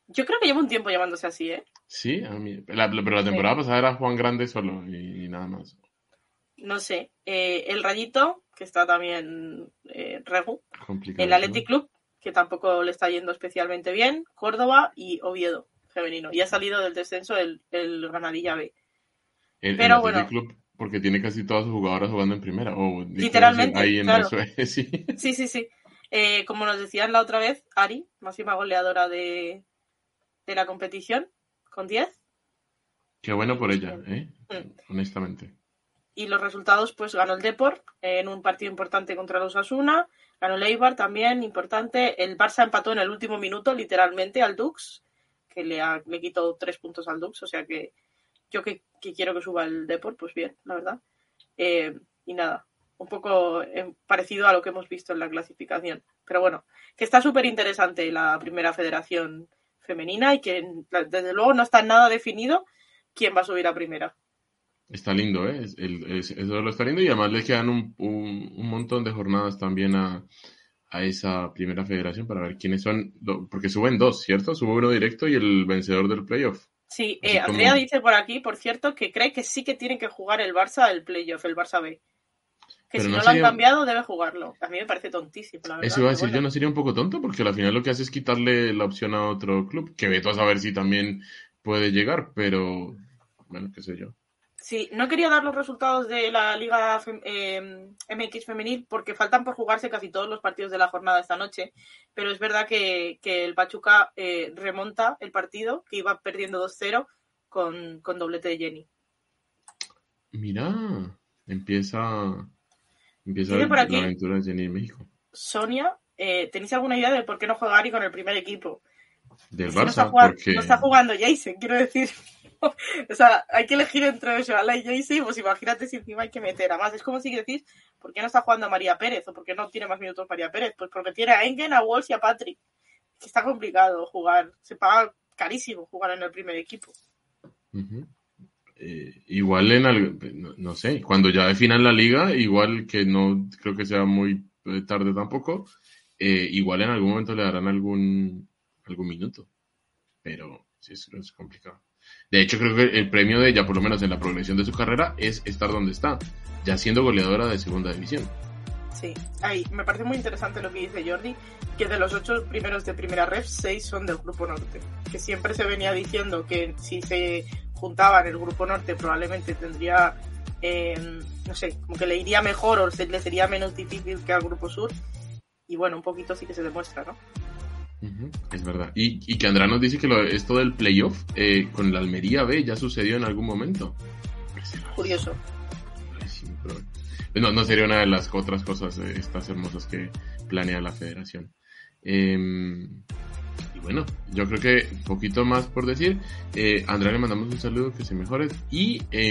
Yo creo que lleva un tiempo llamándose así, ¿eh? Sí, a mí, la, la- pero la temporada sí. pasada era Juan Grande solo y, y nada más. No sé. Eh, el Rayito, que está también eh, Regu. El Athletic Club, que tampoco le está yendo especialmente bien. Córdoba y Oviedo, femenino. Y ha salido del descenso el, el Granadilla B. El, pero el bueno. Club, porque tiene casi todas sus jugadoras jugando en primera. Oh, literalmente, ahí en claro. Resuelve, sí. Sí, sí, sí. Eh, como nos decían la otra vez, Ari, máxima goleadora de, de la competición, con diez. Qué bueno por ella, ¿eh? Mm. Honestamente. Y los resultados, pues ganó el Depor en un partido importante contra los Osasuna, ganó el Eibar también, importante. El Barça empató en el último minuto, literalmente, al Dux, que le, ha, le quitó tres puntos al Dux, o sea que yo que, que quiero que suba el Depor, pues bien, la verdad. Eh, y nada, un poco eh, parecido a lo que hemos visto en la clasificación. Pero bueno, que está súper interesante la primera federación femenina y que desde luego no está nada definido quién va a subir a primera. Está lindo, ¿eh? El, el, eso lo está lindo y además le quedan un, un, un montón de jornadas también a, a esa primera federación para ver quiénes son, porque suben dos, ¿cierto? Sube uno directo y el vencedor del playoff. Sí, eh, Andrea como... dice por aquí, por cierto, que cree que sí que tiene que jugar el Barça el playoff, el Barça B. Que pero si no, no sería... lo han cambiado, debe jugarlo. A mí me parece tontísimo, la verdad. Eso iba a decir, bueno. Yo no sería un poco tonto, porque al final lo que hace es quitarle la opción a otro club, que veto a saber si también puede llegar, pero bueno, qué sé yo. Sí, no quería dar los resultados de la Liga eh, M X Femenil porque faltan por jugarse casi todos los partidos de la jornada esta noche, pero es verdad que, que el Pachuca eh, remonta el partido, que iba perdiendo dos cero con, con doblete de Jenny. Mira, empieza, empieza la aventura de Jenny en México. Sonia, eh, ¿tenéis alguna idea de por qué no juega Ari con el primer equipo? Del Barça, no está jugando, porque... no está jugando Jason, quiero decir. O sea, hay que elegir entre Joala y Jason, pues imagínate si encima hay que meter. Además, es como si decís, ¿por qué no está jugando María Pérez? ¿O por qué no tiene más minutos María Pérez? Pues porque tiene a Engen, a Walsh y a Patrick. Que está complicado jugar. Se paga carísimo jugar en el primer equipo. Uh-huh. Eh, igual en algo, no, no sé, cuando ya definan la liga, igual que no creo que sea muy tarde tampoco, eh, igual en algún momento le darán algún algún minuto. Pero sí es, es complicado. De hecho, creo que el premio de ella, por lo menos en la progresión de su carrera, es estar donde está, ya siendo goleadora de segunda división. Sí, ahí me parece muy interesante lo que dice Jordi, que de los ocho primeros de primera ref, seis son del Grupo Norte. Que siempre se venía diciendo que si se juntaban el Grupo Norte probablemente tendría, eh, no sé, como que le iría mejor o le sería menos difícil que al Grupo Sur. Y bueno, un poquito sí que se demuestra, ¿no? Uh-huh, es verdad. Y, y que Andrea nos dice que lo, esto del playoff eh, con la Almería B ya sucedió en algún momento. Curioso. No, no sería una de las otras cosas eh, estas hermosas que planea la federación. Eh, y bueno, yo creo que un poquito más por decir. Eh, Andrea le mandamos un saludo, que se mejore. Y eh,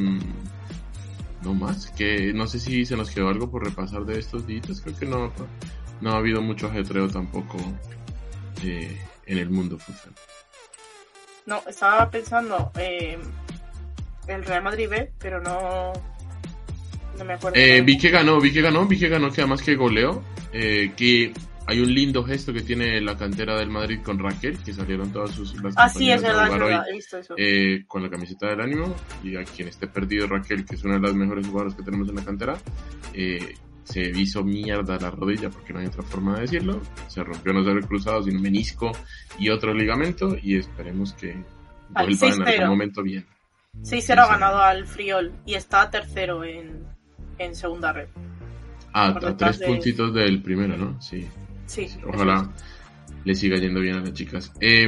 no más, que no sé si se nos quedó algo por repasar de estos días. Creo que no, no ha habido mucho ajetreo tampoco. Eh, en el mundo futsal. No, estaba pensando eh, el Real Madrid B, pero no no me acuerdo. Eh, vi que ganó, vi que ganó, vi que ganó, que además que goleó, eh, que hay un lindo gesto que tiene la cantera del Madrid con Raquel, que salieron todas sus las ah, sí, es verdad, es verdad, he visto eso. Eh, con la camiseta del ánimo, y a quien esté perdido Raquel, que es una de las mejores jugadoras que tenemos en la cantera, eh, se hizo mierda la rodilla, porque no hay otra forma de decirlo, se rompió no solo el cruzado, sino menisco y otro ligamento, y esperemos que vuelva en algún momento bien. seis cero ha ganado al Friol, y está tercero en, en segunda red. Ah, a tres de... puntitos del primero, ¿no? Sí. Sí. sí ojalá le siga yendo bien a las chicas. Eh,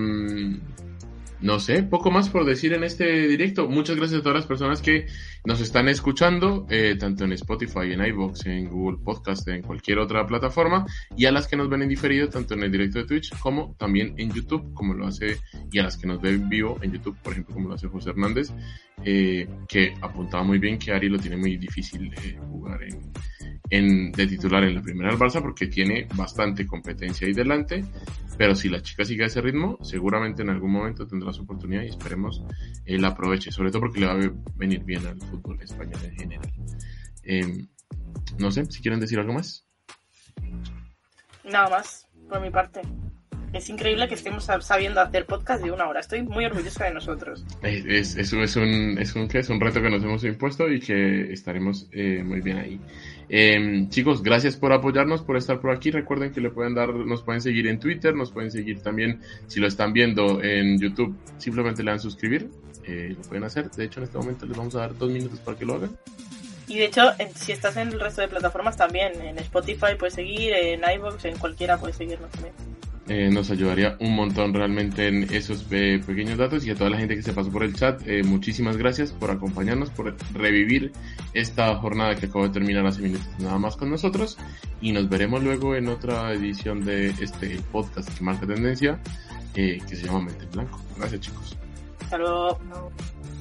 no sé, poco más por decir en este directo. Muchas gracias a todas las personas que nos están escuchando, eh, tanto en Spotify, en iVoox, en Google Podcast, en cualquier otra plataforma, y a las que nos ven en diferido, tanto en el directo de Twitch como también en YouTube, como lo hace, y a las que nos ven en vivo en YouTube, por ejemplo, como lo hace José Hernández, eh, que apuntaba muy bien que Ari lo tiene muy difícil de jugar en, en de titular en la primera del Barça, porque tiene bastante competencia ahí delante, pero si la chica sigue a ese ritmo, seguramente en algún momento tendrá su oportunidad y esperemos él la aproveche, sobre todo porque le va a venir bien al fútbol español en general. Eh, no sé, si quieren decir algo más. Nada más, por mi parte. es increíble que estemos sabiendo hacer podcast de una hora. Estoy muy orgullosa de nosotros. Es, es, es, es, un, es, un, ¿qué? es un reto que nos hemos impuesto y que estaremos eh, muy bien ahí. Eh, chicos, gracias por apoyarnos, por estar por aquí. Recuerden que le pueden dar, nos pueden seguir en Twitter, nos pueden seguir también, si lo están viendo en YouTube, simplemente le dan suscribir, eh, lo pueden hacer. De hecho, en este momento les vamos a dar dos minutos para que lo hagan. Y de hecho, en, si estás en el resto de plataformas también, en Spotify puedes seguir, en iVoox, en cualquiera puedes seguirnos también. Eh, nos ayudaría un montón realmente en esos eh, pequeños datos, y a toda la gente que se pasó por el chat, eh, muchísimas gracias por acompañarnos, por revivir esta jornada que acabo de terminar hace minutos nada más con nosotros, y nos veremos luego en otra edición de este podcast que marca tendencia, eh, que se llama Mente en Blanco. Gracias, chicos. Hasta luego.